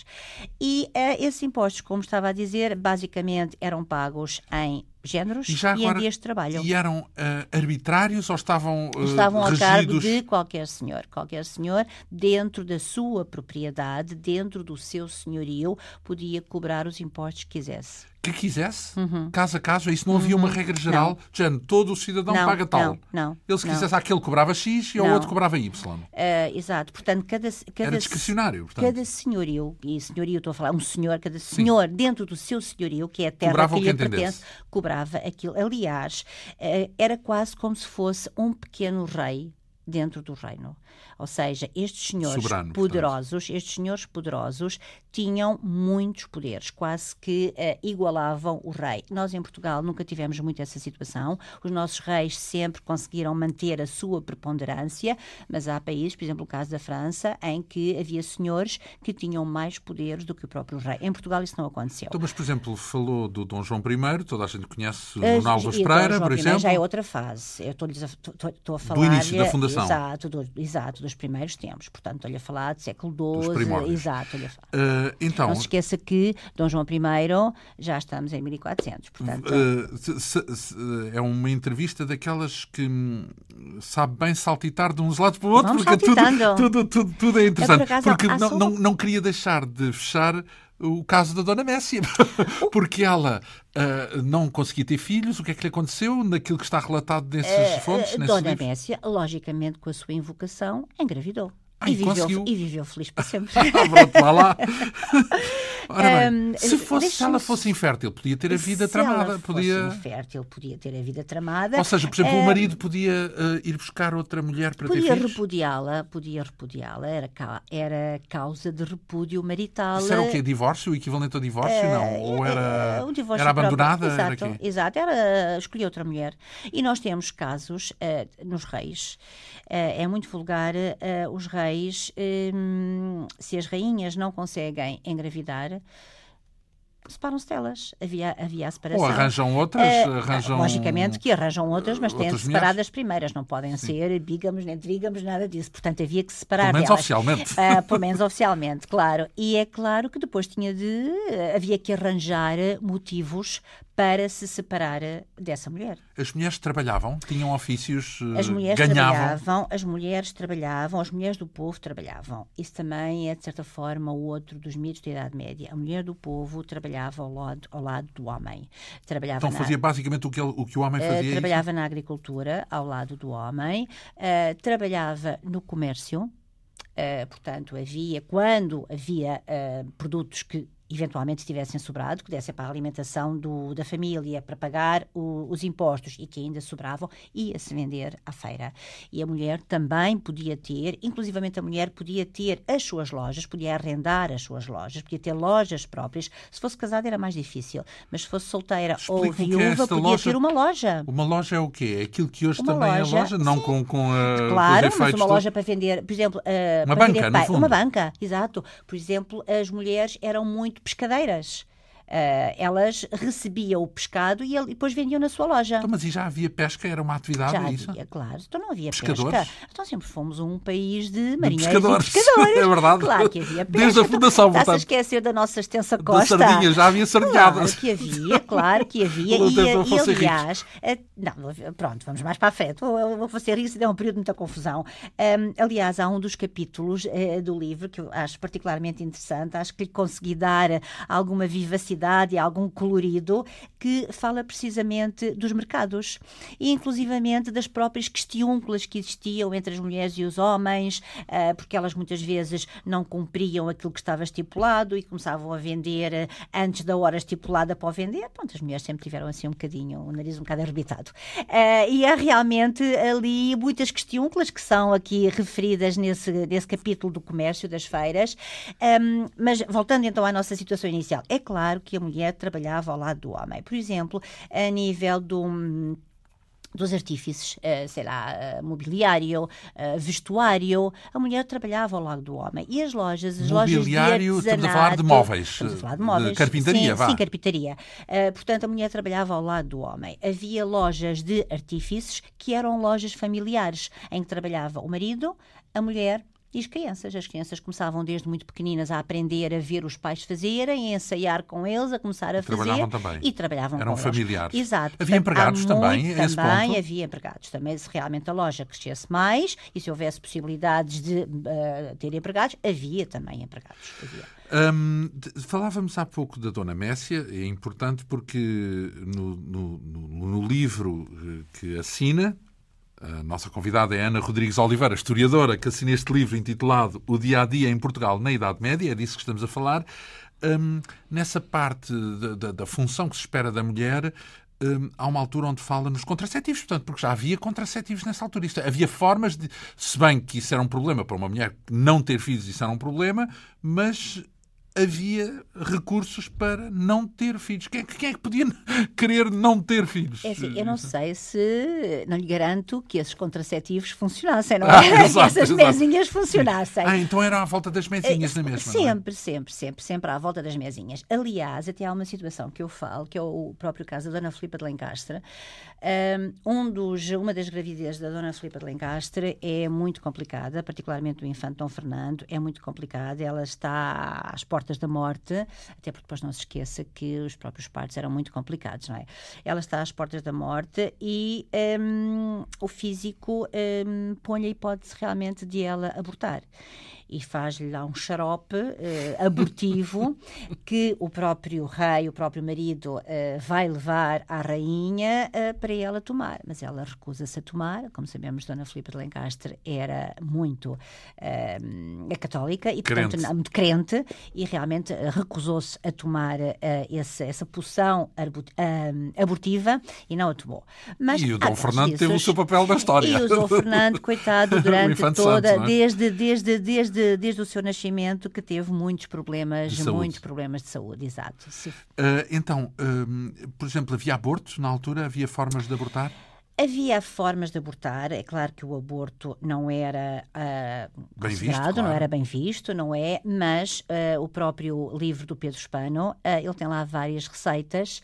E uh, esses impostos, como estava a dizer, basicamente eram pagos em géneros e, já e agora, em dias de trabalho. E eram uh, arbitrários ou estavam uh, Estavam ao regidos... cargo de qualquer senhor. Qualquer senhor, dentro da sua propriedade, dentro do seu senhorio, podia cobrar os impostos que quisesse. Que quisesse? Uhum. Caso a caso? Isso não havia uhum. uma regra geral? Jane, todo o cidadão não, paga tal? Não, não. Ele, se não. quisesse, aquele cobrava X e o outro cobrava Y. Uh, exato. Portanto, cada... cada Era discricionário, portanto. Cada senhorio, e senhorio estou a falar, um senhor, cada senhor, Sim. dentro do seu senhorio, que é a terra cobrava que lhe que pertence, cobrava aquilo. Aliás, uh, era quase como se fosse um pequeno rei dentro do reino. Ou seja, estes senhores Soberano, poderosos, portanto. estes senhores poderosos tinham muitos poderes, quase que uh, igualavam o rei. Nós em Portugal nunca tivemos muito essa situação. Os nossos reis sempre conseguiram manter a sua preponderância, mas há países, por exemplo, o caso da França, em que havia senhores que tinham mais poderes do que o próprio rei. Em Portugal isso não aconteceu. Então, mas, por exemplo, falou do Dom João I, toda a gente conhece o uh, Álvares Pereira, por exemplo. Já é outra fase. Eu estou-lhes a, estou, estou a falar... Do início da fundação. Exato, do, exato, dos primeiros tempos. Portanto, estou-lhe a falar de século doze. Exato, estou-lhe a falar. Uh, então, não se esqueça que Dom João I já estamos em mil e quatrocentos. Portanto, uh, se, se, se, é uma entrevista daquelas que hum, sabe bem saltitar de uns lados para o outro, Vamos porque tudo, saltitando. tudo, tudo, tudo é interessante. É, por acaso, porque há- há não, só não, uma- não queria deixar de fechar o caso da Dona Messia, porque ela uh, não conseguia ter filhos. O que é que lhe aconteceu naquilo que está relatado nessas fontes? Uh, nesses Dona livros? Messia, logicamente, com a sua invocação, engravidou. Ai, e, viveu, conseguiu. e viveu feliz para sempre. Pronto, lá lá. Ora bem, Um, se, fosse, se deixa-me- ela fosse infértil, podia ter a vida Se tramada. ela fosse Podia... infértil, podia ter a vida tramada. Ou seja, por exemplo, Uh, o marido podia uh, ir buscar outra mulher para Podia ter filhos? repudiá-la, podia repudiá-la, era, ca- era causa de repúdio marital. Isso era o quê? Divórcio? O equivalente ao divórcio? não? Ou era, Eh, o divórcio era próprio. abandonada? Era Exato, quê? exato, era escolher outra mulher. E nós temos casos eh, nos reis. Eh, é muito vulgar eh, os reis, hum, se as rainhas não conseguem engravidar, separam-se delas. Havia, havia a separação. Ou arranjam outras? Eh, arranjam... Logicamente que arranjam outras, mas têm de outras separar mulheres? das primeiras. Não podem ser bígamos, nem trígamos, nada disso. Portanto, havia que separar Pelo menos delas. oficialmente. Ah, pelo menos oficialmente, claro. E é claro que depois tinha de... Havia que arranjar motivos para se separar dessa mulher. As mulheres trabalhavam? Tinham ofícios? As mulheres ganhavam? trabalhavam, as mulheres trabalhavam, as mulheres do povo trabalhavam. Isso também é, de certa forma, o outro dos mitos da Idade Média. A mulher do povo trabalhava ao lado, ao lado do homem. Trabalhava então fazia na, basicamente o que, ele, o que o homem fazia? Uh, trabalhava isso? na agricultura, ao lado do homem. Uh, trabalhava no comércio. Uh, portanto, havia, quando havia uh, produtos que eventualmente tivessem sobrado, que dessem para a alimentação do, da família, para pagar o, os impostos e que ainda sobravam, ia-se vender à feira. E a mulher também podia ter, inclusivamente a mulher podia ter as suas lojas, podia arrendar as suas lojas, podia ter lojas próprias. Se fosse casada era mais difícil, mas se fosse solteira Explica ou viúva, é podia loja? ter uma loja. Uma loja é o quê? É aquilo que hoje uma também loja, é loja? Não sim. com, com, uh, claro, com os mas efeitos uma todos? loja para vender, por exemplo... Uh, uma para banca, vender no fundo. Uma banca, exato. Por exemplo, as mulheres eram muito pescadeiras. Uh, elas recebiam o pescado e, ele, e depois vendiam na sua loja. Então, mas e já havia pesca? Era uma atividade? Já é havia, isso? claro. Então não havia pescadores? pesca. Então sempre fomos um país de marinheiros de pescadores. e pescadores. É verdade. Claro que havia pesca. Desde a fundação, então, portanto. Está-se a esquecer da nossa extensa costa. Da sardinha, já havia sardinhadas. Claro que havia, claro que havia. Não e, tem e aliás... A, não, pronto, vamos mais para a frente. Vou, vou fazer isso, é um período de muita confusão. Um, aliás, há um dos capítulos uh, do livro que eu acho particularmente interessante. Acho que lhe consegui dar alguma vivacidade e algum colorido, que fala precisamente dos mercados e inclusivamente das próprias questiúnculas que existiam entre as mulheres e os homens, porque elas muitas vezes não cumpriam aquilo que estava estipulado e começavam a vender antes da hora estipulada para o vender. Pronto, as mulheres sempre tiveram assim um bocadinho, o nariz um bocado arrebitado. E há realmente ali muitas questiúnculas que são aqui referidas nesse, nesse capítulo do comércio, das feiras. Mas voltando então à nossa situação inicial, é claro que a mulher trabalhava ao lado do homem. Por exemplo, a nível do... dos artífices, sei lá, mobiliário, vestuário, a mulher trabalhava ao lado do homem. E as lojas, as lojas de artesanato... Estamos a falar de móveis. Estamos a falar de móveis. De carpintaria, sim, vá. Sim, carpintaria. Uh, portanto, a mulher trabalhava ao lado do homem. Havia lojas de artífices que eram lojas familiares, em que trabalhava o marido, a mulher e as crianças. As crianças começavam desde muito pequeninas a aprender a ver os pais fazerem, a ensaiar com eles, a começar a fazer. Trabalhavam também. E trabalhavam Eram com familiares. eles. Exato. Havia Portanto, empregados também, muito, a esse também ponto? havia empregados. Também, se realmente a loja crescesse mais e se houvesse possibilidades de uh, ter empregados, havia também empregados. Havia. Hum, falávamos há pouco da Dona Messia, é importante porque no, no, no, no livro que assina, a nossa convidada é Ana Rodrigues Oliveira, historiadora, que assina este livro intitulado O Dia a Dia em Portugal na Idade Média, é disso que estamos a falar. Um, nessa parte da, da, da função que se espera da mulher, um, há uma altura onde fala nos contraceptivos, portanto, porque já havia contraceptivos nessa altura. Isto, havia formas de... Se bem que isso era um problema para uma mulher não ter filhos, isso era um problema, mas... havia recursos para não ter filhos. Quem é, quem é que podia querer não ter filhos? É assim, eu não sei se... Não lhe garanto que esses contraceptivos funcionassem, não ah, é? Exato, que essas exato. mesinhas funcionassem. Ah, então era à volta das mesinhas na mesma, Sempre, não é? sempre, sempre, sempre à volta das mesinhas. Aliás, até há uma situação que eu falo, que é o próprio caso da Dona Filipa de Lencastre. Um dos, uma das gravidezes da Dona Filipa de Lencastre é muito complicada, particularmente do infante Dom Fernando, é muito complicada. Ela está às portas da morte, até porque depois não se esqueça que os próprios partos eram muito complicados, não é? Ela está às portas da morte e um, o físico um, põe a hipótese realmente de ela abortar. E faz-lhe lá um xarope uh, abortivo que o próprio rei, o próprio marido, uh, vai levar à rainha uh, para ela tomar. Mas ela recusa-se a tomar. Como sabemos, Dona Filipa de Lencastre era muito uh, católica e, portanto, crente. muito crente e realmente uh, recusou-se a tomar uh, esse, essa poção arbut, uh, abortiva e não a tomou. Mas, e o Dom Fernando disso, teve o seu papel na história. E o Dom Fernando, coitado, durante toda, Santos, desde, desde, desde De, desde o seu nascimento, que teve muitos problemas, de muitos problemas de saúde, exato. Uh, então, uh, por exemplo, havia abortos na altura? Havia formas de abortar? Havia formas de abortar, é claro que o aborto não era uh, bem considerado, visto, claro. não era bem visto, não é, mas uh, o próprio livro do Pedro Spano, uh, ele tem lá várias receitas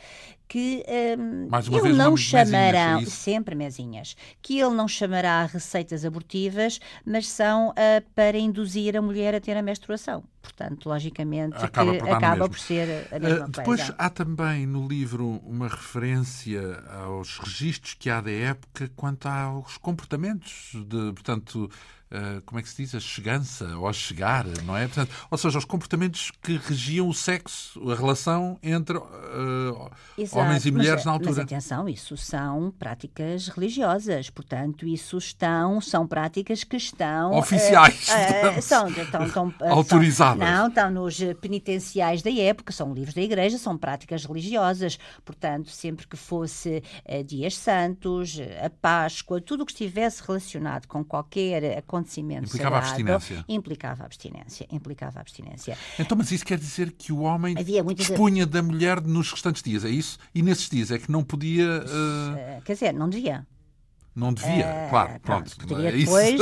que um, Mais uma ele vez, não uma chamará, mesinhas, é isso? sempre mesinhas, que ele não chamará receitas abortivas, mas são uh, para induzir a mulher a ter a menstruação. Portanto, logicamente, Acaba que por dar no acaba mesmo. por ser a mesma Uh, depois coisa. há também no livro uma referência aos registros que há da época quanto aos comportamentos de, portanto, uh, como é que se diz? A chegança ou a chegar, não é? Portanto, ou seja, os comportamentos que regiam o sexo, a relação entre uh, homens e mulheres mas, na altura. Mas atenção, isso são práticas religiosas, portanto, isso estão, são práticas que estão... Oficiais, uh, uh, são, estão, estão, uh, autorizadas. São, não, estão nos penitenciais da época, são livros da Igreja, são práticas religiosas, portanto, sempre que fosse uh, dias santos, a Páscoa, tudo o que estivesse relacionado com qualquer acontecimento implicava sagrado, abstinência. implicava abstinência, implicava abstinência. Então, mas isso quer dizer que o homem muitas... dispunha da mulher nos restantes dias, é isso? E nesses dias é que não podia... Uh... Quer dizer, não devia. Não devia, uh, claro, pronto. pronto poderia é depois...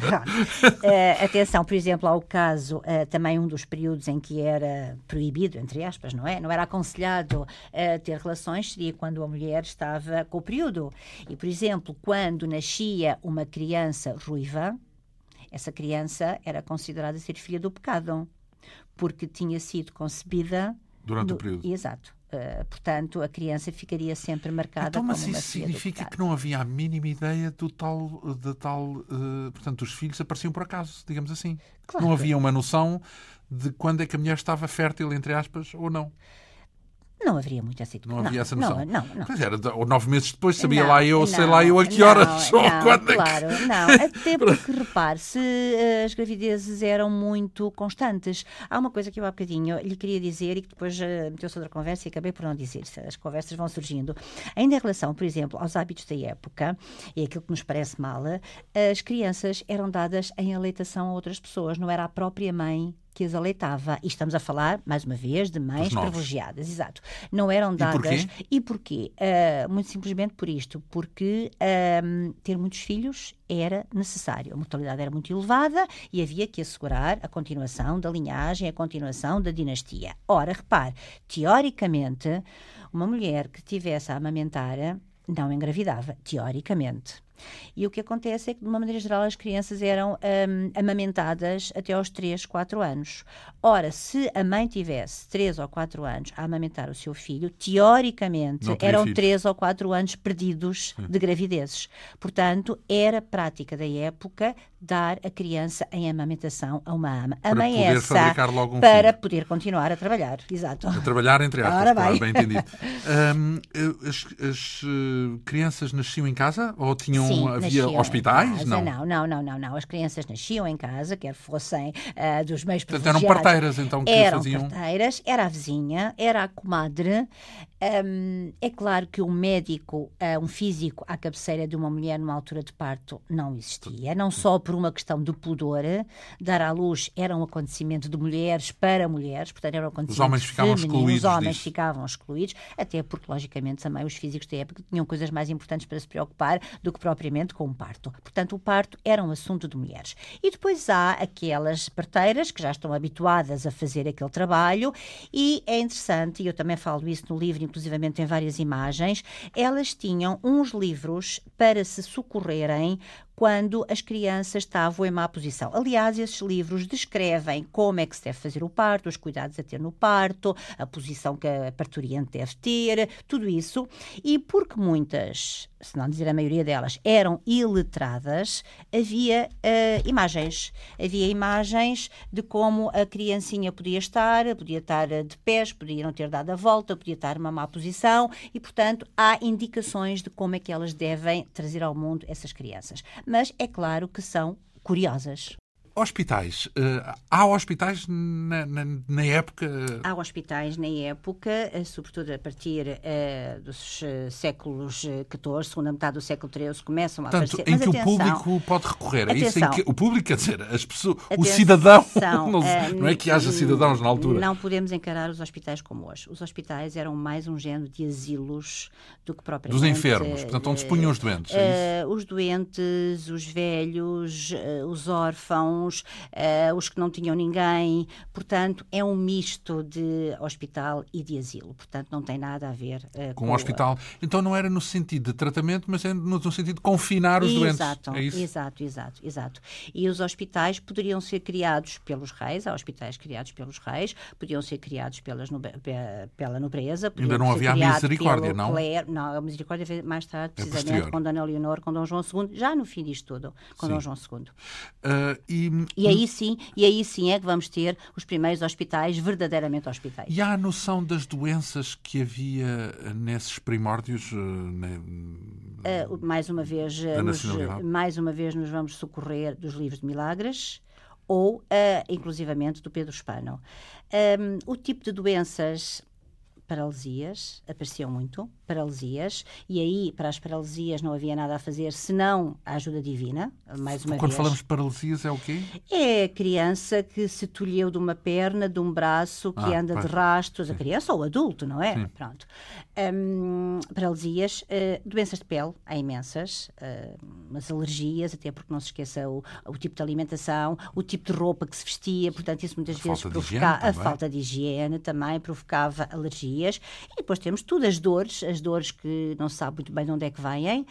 Uh, uh, atenção, por exemplo, ao caso, uh, também um dos períodos em que era proibido, entre aspas, não é? Não era aconselhado uh, ter relações, seria quando a mulher estava com o período. E, por exemplo, quando nascia uma criança ruiva, essa criança era considerada ser filha do pecado, porque tinha sido concebida... Durante do... o período. Exato. Uh, portanto, a criança ficaria sempre marcada então, como mas uma isso filha significa do que não havia a mínima ideia do tal, de tal uh, portanto, os filhos apareciam por acaso, digamos assim. Claro não que... havia uma noção de quando é que a mulher estava fértil, entre aspas, ou não. Não haveria muito essa educação. Não havia essa noção. Não, não, não. Pois era, ou nove meses depois, sabia não, lá eu, não, sei lá eu a que não, horas ou não, quando é claro, que... não. Até porque, repare, se uh, as gravidezes eram muito constantes. Há uma coisa que eu há bocadinho lhe queria dizer e que depois uh, meteu-se outra conversa e acabei por não dizer. As conversas vão surgindo. Ainda em relação, por exemplo, aos hábitos da época, e aquilo que nos parece mal, as crianças eram dadas em aleitação a outras pessoas, não era a própria mãe que as aleitava. E estamos a falar, mais uma vez, de mães privilegiadas. Exato. Não eram dadas... E porquê? E porquê? Uh, muito simplesmente por isto. Porque uh, ter muitos filhos era necessário. A mortalidade era muito elevada e havia que assegurar a continuação da linhagem, a continuação da dinastia. Ora, repare, teoricamente, uma mulher que tivesse a amamentar não engravidava, teoricamente. E o que acontece é que, de uma maneira geral, as crianças eram um, amamentadas até aos três, quatro anos. Ora, se a mãe tivesse três ou quatro anos a amamentar o seu filho, teoricamente eram filho. três ou quatro anos perdidos de gravidezes. Portanto, era prática da época dar a criança em amamentação a uma ama. A para mãe poder essa fabricar logo um para filho. poder continuar a trabalhar. Exato. A trabalhar, entre aspas, Ora claro, bem. bem entendido. Um, as, as uh, crianças nasciam em casa ou tinham, Sim, havia nasciam hospitais? em casa. Não. não, não, não, não, não. As crianças nasciam em casa, quer fossem uh, dos meios Portanto, privilegiados. eram parteiras, então, que eram faziam... parteiras, era a vizinha, era a comadre. Um, é claro que um médico, uh, um físico à cabeceira de uma mulher numa altura de parto não existia, não só por uma questão de pudor. Dar à luz era um acontecimento de mulheres para mulheres, portanto era um acontecimento Os homens ficavam feminino. excluídos Os homens disso. ficavam excluídos, até porque, logicamente, também os físicos da época tinham coisas mais importantes para se preocupar do que propriamente com o parto. Portanto, o parto era um assunto de mulheres. E depois há aquelas parteiras que já estão habituadas a fazer aquele trabalho e é interessante, e eu também falo isso no livro, inclusivamente em várias imagens, elas tinham uns livros para se socorrerem quando as crianças estavam em má posição. Aliás, esses livros descrevem como é que se deve fazer o parto, os cuidados a ter no parto, a posição que a parturiente deve ter, tudo isso. E porque muitas, se não dizer a maioria delas, eram iletradas, havia uh, imagens. Havia imagens de como a criancinha podia estar, podia estar de pés, podia não ter dado a volta, podia estar numa má posição e, portanto, há indicações de como é que elas devem trazer ao mundo essas crianças. Mas é claro que são curiosas. Hospitais. Uh, há hospitais na, na, na época... Há hospitais na época, sobretudo a partir uh, dos uh, séculos catorze, segunda metade do século treze, começam a Portanto, aparecer. em Mas que atenção, o público pode recorrer. É isso em que o público, quer dizer, as pessoas, atenção, o cidadão, não, uh, não é que haja cidadãos na altura. Não podemos encarar os hospitais como hoje. Os hospitais eram mais um género de asilos do que propriamente... Dos enfermos, portanto, onde se punham os doentes. É uh, os doentes, os velhos, uh, os órfãos, órfãos, uh, os que não tinham ninguém. Portanto, é um misto de hospital e de asilo. Portanto, não tem nada a ver uh, com com o hospital. Então não era no sentido de tratamento, mas é no, no sentido de confinar os exato, doentes. É isso? Exato, exato, exato. E os hospitais poderiam ser criados pelos reis, há hospitais criados pelos reis, podiam ser criados pelas nobe- pela nobreza. Ainda não havia a misericórdia, não? Clero. Não, a misericórdia veio mais tarde, precisamente, posterior. com Dona Leonor, com Dom João segundo, já no fim disto tudo, com Sim. Dom João segundo. Uh, e, E aí sim, e aí sim é que vamos ter os primeiros hospitais verdadeiramente hospitais. e há a noção das doenças que havia nesses primórdios? Uh, ne- Uh, mais uma vez, uh, Da nos, nacionalidade? mais uma vez nos vamos socorrer dos livros de milagres ou, uh, inclusivamente, do Pedro Hispano. Um, o tipo de doenças, paralisias, apareciam muito, paralisias, e aí, para as paralisias, não havia nada a fazer senão a ajuda divina, mais uma Quando vez. falamos de paralisias, é o quê? É a criança que se tolheu de uma perna, de um braço, que Ah, anda pois. de rastros, a criança ou o adulto, não é? Sim. Pronto. Hum, paralisias, uh, doenças de pele, há imensas, uh, as alergias, até porque não se esqueça o, o tipo de alimentação, o tipo de roupa que se vestia, portanto, isso muitas A vezes falta de higiene provocava a também. falta de higiene também provocava alergias. E depois temos tudo, as dores, as dores que não se sabe muito bem de onde é que vêm.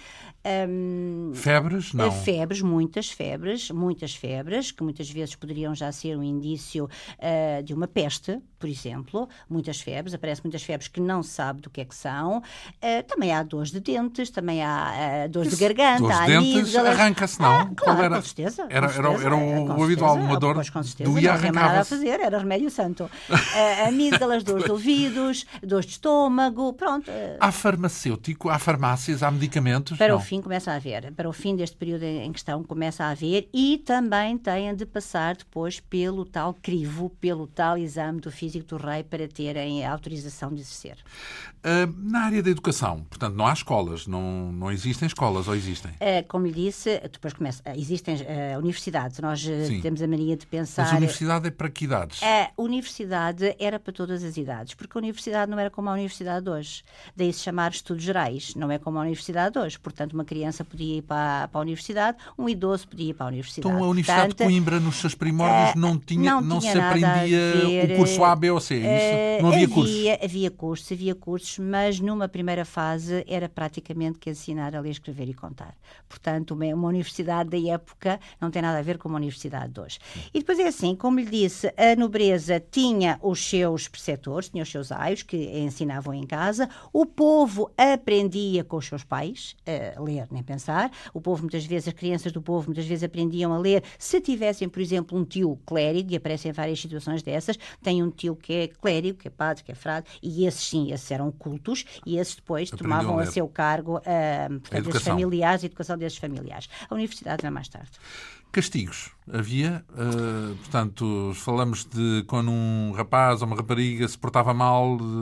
Hum, Febres? Não. Febres, muitas febres, muitas febres, que muitas vezes poderiam já ser um indício uh, de uma peste, por exemplo. Muitas febres, aparecem muitas febres que não se sabe do que é que são. Uh, também há dores de dentes, também há uh, dores Isso, de garganta, dores há de dentes, amígdalas. arranca-se, não? Ah, Qual claro, era? com certeza. Era- com era- certeza, era o- com o habitual, certeza. uma dor Pois, com certeza, doía, não havia mais nada a arrancava-se. fazer, era remédio santo. Uh, amígdalas, dores de ouvidos, dores de estômago, pronto. uh, Há farmacêutico, há farmácias, há medicamentos? Para não. o fim começa a haver, para o fim deste período em questão começa a haver e também têm de passar depois pelo tal crivo, pelo tal exame do físico do rei para terem a autorização de exercer. Uh, na área da educação, portanto, não há escolas, não, não existem escolas, ou existem? Uh, como lhe disse, depois começa, uh, existem uh, universidades, nós uh, Sim. temos a mania de pensar... Mas a universidade é para que idades? A universidade era para todas as idades, porque a universidade não era como a universidade de hoje. Daí se chamar estudos gerais, não é como a universidade de hoje. Portanto, uma criança podia ir para, para a universidade, um idoso podia ir para a universidade. Então a Universidade Portanto, de Coimbra, nos seus primórdios, não, tinha, não não, tinha se nada a aprendia ver, o curso A, B ou C, é eh, isso? Não havia havia, cursos? Havia cursos, havia cursos, mas numa primeira fase era praticamente que ensinar a ler, escrever e contar. Portanto, uma, uma universidade da época não tem nada a ver com uma universidade de hoje. E depois é assim, como lhe disse, a nobreza tinha os seus preceptores, tinha os seus aios que ensinavam em casa, o povo aprendia com os seus pais, a ler nem pensar, o povo muitas vezes, as crianças do povo muitas vezes aprendiam a ler se tivessem, por exemplo, um tio clérigo, e aparecem várias situações dessas, tem um tio que é clérigo, que é padre, que é frade, e esses sim, esses eram cultos, e esses depois Aprendiam tomavam a a ler. seu cargo a, portanto, esses educação. familiares, a educação desses familiares. A universidade era mais tarde. Castigos havia, uh, portanto, falamos de quando um rapaz ou uma rapariga se portava mal, uh,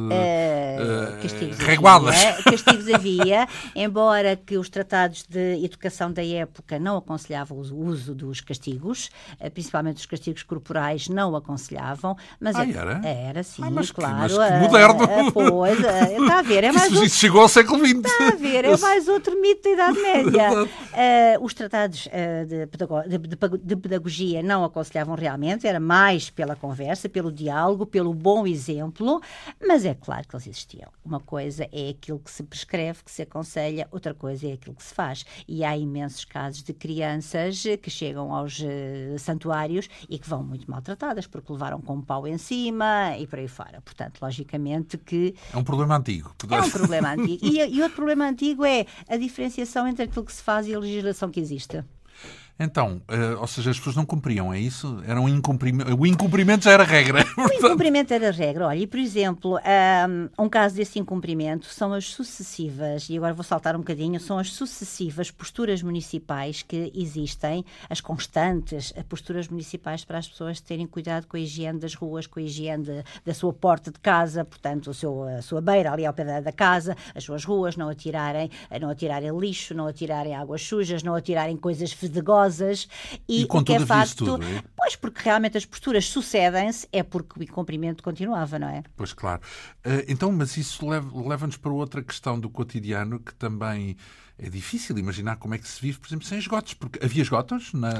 uh, castigos reguadas. havia, castigos havia, embora que os tratados de educação da época não aconselhavam o uso dos castigos, eh, principalmente os castigos corporais não aconselhavam, mas Ah, é- era? era sim, Ah, mas que- claro. mas que eh, moderno. eh, pois, eh, está a ver, é mais Isso, outro, isso chegou ao século vinte. está a ver, é mais outro mito da Idade Média. Eh, os tratados eh, de, pedago- de- de pag- de pedagogia não aconselhavam realmente, era mais pela conversa, pelo diálogo, pelo bom exemplo, mas é claro que eles existiam. Uma coisa é aquilo que se prescreve, que se aconselha, outra coisa é aquilo que se faz. E há imensos casos de crianças que chegam aos eh, santuários e que vão muito maltratadas, porque levaram com um pau em cima e por aí fora. Portanto, logicamente que É um problema antigo. é um problema antigo. E, e outro problema antigo é a diferenciação entre aquilo que se faz e a legislação que existe. Então, uh, ou seja, as pessoas não cumpriam, é isso? Era um incumprimento, o incumprimento já era regra. O incumprimento era a regra. Olha, e por exemplo, um, um caso desse incumprimento são as sucessivas, e agora vou saltar um bocadinho, são as sucessivas posturas municipais que existem, as constantes posturas municipais para as pessoas terem cuidado com a higiene das ruas, com a higiene de, da sua porta de casa, portanto, o seu, a sua beira ali ao pé da, da casa, as suas ruas, não atirarem, não atirarem lixo, não atirarem águas sujas, não atirarem coisas fedegosas. E, E com o que é tudo havia facto, isso tudo, é? Pois, porque realmente as posturas sucedem-se, é porque o incumprimento continuava, não é? Pois claro. Uh, então, mas isso leva- leva-nos para outra questão do cotidiano que também é difícil imaginar como é que se vive, por exemplo, sem esgotos, porque havia esgotos na,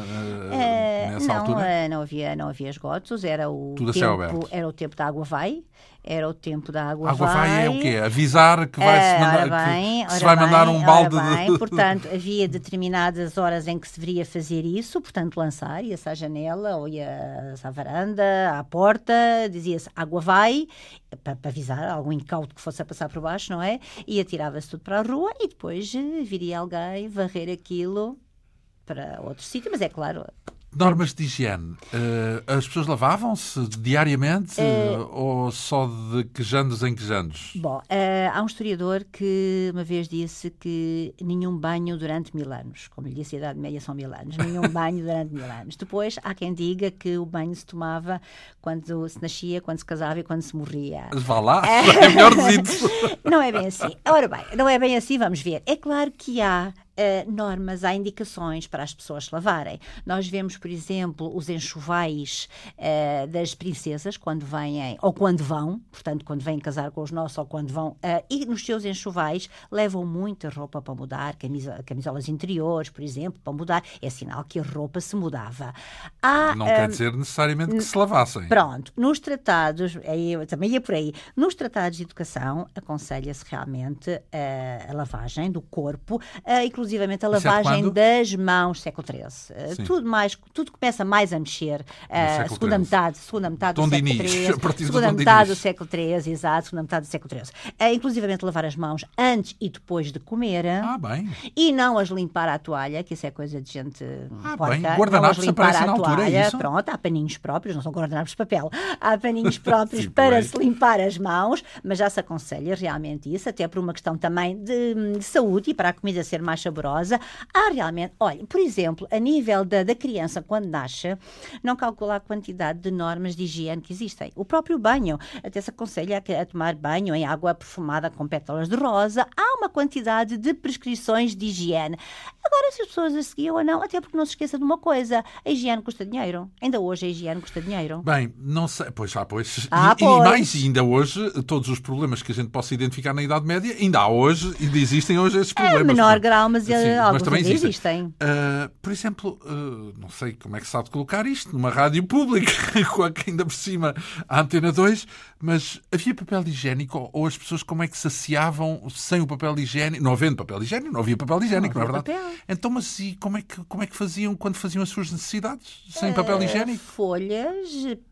Uh, nessa não, altura? uh, não havia, não havia esgotos, era o Tudo a céu tempo, aberto. era o tempo da água vai, era o tempo da água, A água vai. vai é o quê? Avisar que vai se Ah, mandar, ora bem, que se ora vai mandar bem, um balde ora bem. de... Portanto, havia determinadas horas em que se deveria fazer isso, portanto, lançar, ia-se à janela, ou ia-se à varanda, à porta, dizia-se água vai, para, para avisar algum incauto que fosse a passar por baixo, não é? E atirava-se tudo para a rua e depois eh, viria alguém varrer aquilo para outro sítio, mas é claro. Normas de higiene. Uh, as pessoas lavavam-se diariamente uh, ou só de quejandos em quejandos? Bom, uh, há um historiador que uma vez disse que nenhum banho durante mil anos. Como lhe disse, a Idade Média são mil anos. Nenhum banho durante mil anos. Depois, há quem diga que o banho se tomava quando se nascia, quando se casava e quando se morria. Mas vá lá, é melhor dizer isso. Não é bem assim. Ora bem, não é bem assim, vamos ver. É claro que há Uh, normas, há indicações para as pessoas se lavarem. Nós vemos, por exemplo, os enxovais uh, das princesas quando vêm, ou quando vão, portanto, quando vêm casar com os nossos ou quando vão, uh, e nos seus enxovais levam muita roupa para mudar, camisa, camisolas interiores, por exemplo, para mudar. É sinal que a roupa se mudava. Há, Não uh, quer dizer necessariamente que se lavassem. Pronto, nos tratados, eu também ia por aí, nos tratados de educação aconselha-se realmente uh, a lavagem do corpo, uh, inclusive a lavagem das mãos, século treze. Uh, tudo, mais, tudo começa mais a mexer. Uh, segunda metade, segunda metade do século treze. Segunda metade do século treze, exato, segunda metade do século treze. Uh, inclusivamente lavar as mãos antes e depois de comer. Ah, bem. E não as limpar à toalha, que isso é coisa de gente ah, porca. Bem. Guardanapos aparecem na altura, é isso? Pronto, há paninhos próprios, não são guardanapos de papel. Há paninhos próprios Sim, para bem. se limpar as mãos, mas já se aconselha realmente isso, até por uma questão também de, de saúde e para a comida ser mais saborosa. Há realmente, olha, por exemplo, a nível da, da criança quando nasce, não calcula a quantidade de normas de higiene que existem. O próprio banho, até se aconselha a, a tomar banho em água perfumada com pétalas de rosa. Há uma quantidade de prescrições de higiene. Agora, se as pessoas a seguiam ou não, até porque não se esqueça de uma coisa, a higiene custa dinheiro. Ainda hoje a higiene custa dinheiro. Bem, não sei, pois há, pois. Ah, e, pois. e mais, ainda hoje, todos os problemas que a gente possa identificar na Idade Média, ainda há hoje, ainda existem hoje esses problemas. É menor grau, mas, Sim, alguns mas também ainda existem. existem. Uh, por exemplo, uh, não sei como é que se sabe colocar isto numa rádio pública, com a que ainda por cima a Antena dois, mas havia papel higiênico ou as pessoas como é que saciavam sem o papel higiênico? Não havendo papel higiênico, não havia papel higiênico, não, não é verdade? Papel. Então, mas e como é, que, como é que faziam quando faziam as suas necessidades sem uh, papel higiênico? Folhas,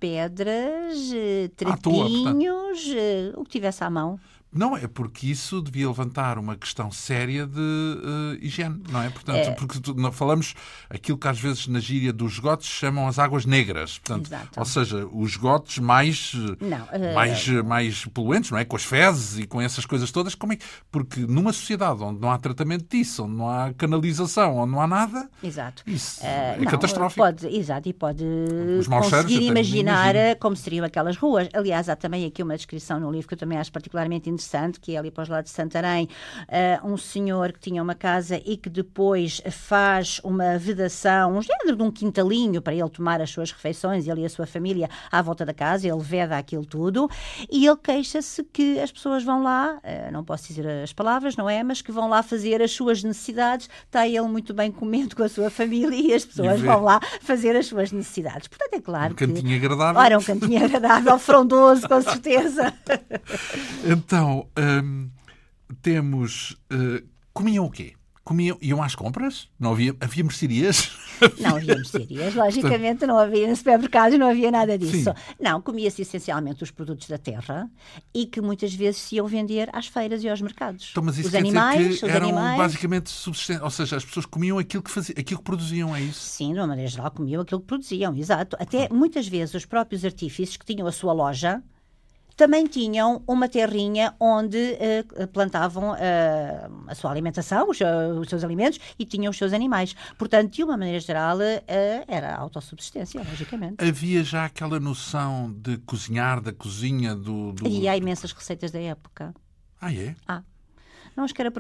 pedras, À trapinhos, toa, o que tivesse à mão. Não, é porque isso devia levantar uma questão séria de uh, higiene, não é? Portanto, é. porque tu, não, falamos aquilo que às vezes na gíria dos esgotos chamam as águas negras. Portanto, Exato. ou seja, os esgotos mais, não, uh... mais, mais poluentes, não é? Com as fezes e com essas coisas todas. Como é que... Porque numa sociedade onde não há tratamento disso, onde não há canalização, onde não há nada, exato. isso uh, é não, catastrófico. Pode, exato, e pode os conseguir imaginar como seriam aquelas ruas. Aliás, há também aqui uma descrição no livro que eu também acho particularmente interessante, que é ali para os lados de Santarém, uh, um senhor que tinha uma casa e que depois faz uma vedação, um género de um quintalinho para ele tomar as suas refeições, ele e a sua família à volta da casa, ele veda aquilo tudo, e ele queixa-se que as pessoas vão lá, uh, não posso dizer as palavras, não é? Mas que vão lá fazer as suas necessidades, está ele muito bem comendo com a sua família e as pessoas e vão lá fazer as suas necessidades. Portanto, é claro um que... Um cantinho agradável. Ora, um cantinho agradável, frondoso, com certeza. Então, hum, temos... Uh, comiam o quê? Comiam, iam às compras? Não havia, havia mercearias? Não havia mercearias, logicamente não havia, nos supermercados não havia nada disso. Sim. Não, comia-se essencialmente os produtos da terra e que muitas vezes se iam vender às feiras e aos mercados. Então, mas isso os quer animais, dizer que os eram animais... basicamente subsistentes, ou seja, as pessoas comiam aquilo que, faziam, aquilo que produziam, é isso? Sim, de uma maneira geral comiam aquilo que produziam, exato. Até muitas vezes os próprios artífices que tinham a sua loja também tinham uma terrinha onde uh, plantavam uh, a sua alimentação, os, uh, os seus alimentos, e tinham os seus animais. Portanto, de uma maneira geral, uh, era a autossubsistência, logicamente. Havia já aquela noção de cozinhar, da cozinha, do... do... E há imensas receitas da época. Ah, é? Ah. Não os quero provar.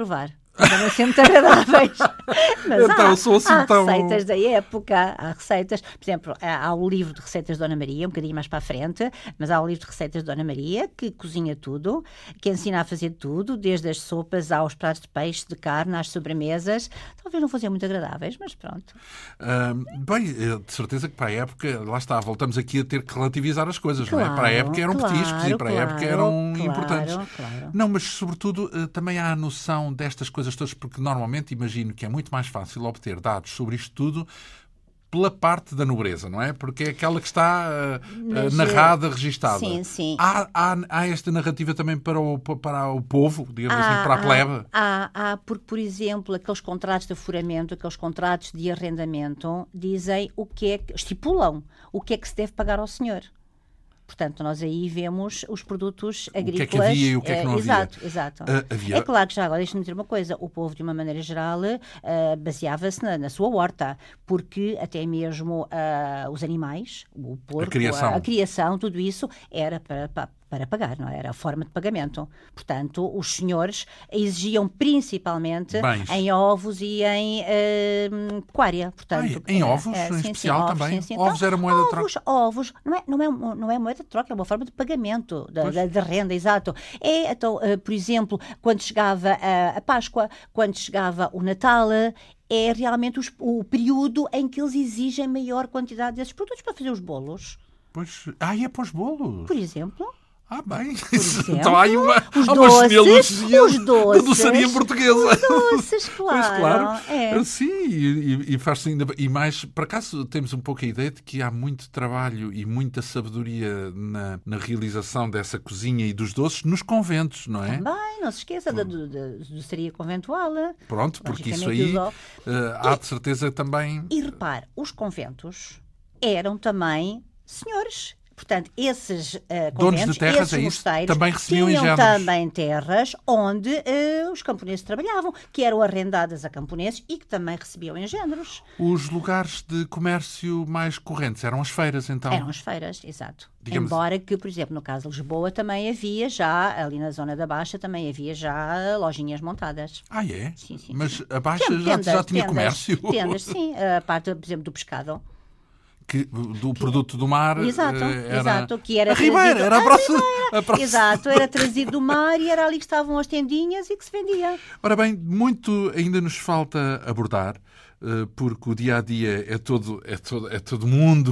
Não são muito agradáveis. Mas então, há, sou assim há tão... receitas da época, há receitas, por exemplo, há o livro de receitas de Dona Maria, um bocadinho mais para a frente, mas há o livro de receitas de Dona Maria, que cozinha tudo, que ensina a fazer tudo, desde as sopas aos pratos de peixe, de carne, às sobremesas. Talvez não fossem muito agradáveis, mas pronto. Uh, bem, de certeza que para a época, lá está, voltamos aqui a ter que relativizar as coisas, Claro, não é? Para a época eram claro, petiscos e para a época eram claro, importantes. Claro. Não, mas sobretudo uh, também há a noção destas coisas todas, porque normalmente imagino que é muito mais fácil obter dados sobre isto tudo pela parte da nobreza, não é? Porque é aquela que está uh, Mas, narrada, registada. Sim, sim. Há, há, há esta narrativa também para o, para o povo, digamos há, assim, para a plebe? Há, há, há, porque, por exemplo, aqueles contratos de afuramento, aqueles contratos de arrendamento, dizem o que é que, estipulam o que é que se deve pagar ao senhor. Portanto, nós aí vemos os produtos agrícolas. O que é que havia e o que é que não havia. Exato, exato. Uh, havia... É claro que já agora, deixa-me dizer uma coisa, o povo, de uma maneira geral, uh, baseava-se na, na sua horta, porque até mesmo uh, os animais, o porco, a criação. A, a criação, tudo isso era para... para para pagar, não é? Era a forma de pagamento. Portanto, os senhores exigiam principalmente Bens. em ovos e em uh, pecuária. Portanto, Ai, em ovos, é, em sim, especial sim, também? Ovos, sim, sim. Ovos era moeda de troca? Ovos, ovos não, é, não, é, não é moeda de troca, é uma forma de pagamento, da, da, da renda, exato. É, então, uh, por exemplo, quando chegava a, a Páscoa, quando chegava o Natal, é realmente os, o período em que eles exigem maior quantidade desses produtos para fazer os bolos. Pois, ah, é para os bolos? Por exemplo... Ah, bem. Exemplo, então há uma, os há doces, uma os doces, da doçaria portuguesa. Os doces, claro. Pois, claro. É. Sim, e, e faz-se ainda... E mais, por acaso, temos um pouco a ideia de que há muito trabalho e muita sabedoria na, na realização dessa cozinha e dos doces nos conventos, não é? Também, não se esqueça da, da, da doçaria conventual. Pronto, porque isso aí uh, há de certeza também... E repare, os conventos eram também senhores. Portanto, esses uh, donos conventos, de terras, esses é isso? mosteiros, Também recebiam tinham engendros. também terras onde uh, os camponeses trabalhavam, que eram arrendadas a camponeses e que também recebiam engendros. Os lugares de comércio mais correntes eram as feiras, então? Eram as feiras, exato. Digamos... Embora que, por exemplo, no caso de Lisboa também havia já, ali na zona da Baixa, também havia já lojinhas montadas. Ah, é? Sim, sim. Mas sim. a Baixa Tendas, já, já tinha tendas, comércio? Tendas, sim. A parte, por exemplo, do pescado. Que, do produto do mar. Exato, era... exato. Que era a Ribeira, trazido... era a próxima. A próxima. Exato, era trazido do mar e era ali que estavam as tendinhas e que se vendia. Ora bem, muito ainda nos falta abordar, porque o dia-a-dia é todo, é todo, é todo mundo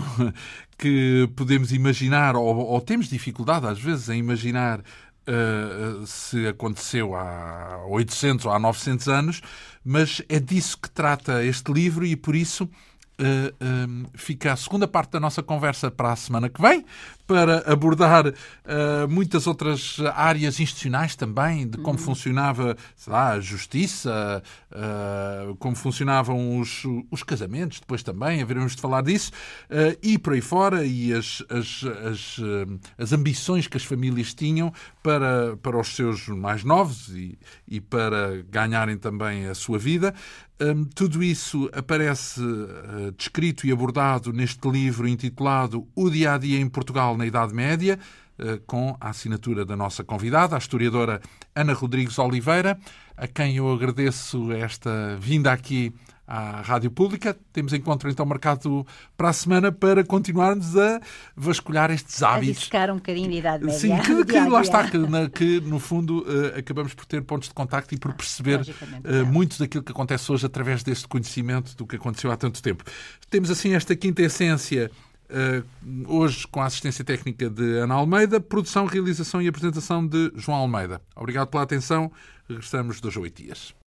que podemos imaginar, ou, ou temos dificuldade às vezes em imaginar uh, se aconteceu há oitocentos ou há novecentos anos, mas é disso que trata este livro e por isso Uh, um, fica a segunda parte da nossa conversa para a semana que vem, para abordar uh, muitas outras áreas institucionais também, de como uhum. funcionava, sei lá, a justiça, uh, como funcionavam os, os casamentos, depois também, haveremos de falar disso, uh, e por aí fora, e as, as, as, uh, as ambições que as famílias tinham para, para os seus mais novos e, e para ganharem também a sua vida. Um, tudo isso aparece uh, descrito e abordado neste livro intitulado O Dia-a-Dia em Portugal na Idade Média, uh, com a assinatura da nossa convidada, a historiadora Ana Rodrigues Oliveira, a quem eu agradeço esta vinda aqui à Rádio Pública. Temos encontro então marcado para a semana para continuarmos a vasculhar estes hábitos. A dissecar um bocadinho de Idade Média. Sim, que, que lá está, que, na, que no fundo uh, acabamos por ter pontos de contacto e por perceber uh, muito daquilo que acontece hoje através deste conhecimento do que aconteceu há tanto tempo. Temos assim esta quinta essência uh, hoje com a assistência técnica de Ana Almeida, produção, realização e apresentação de João Almeida. Obrigado pela atenção. Regressamos dois a oito dias.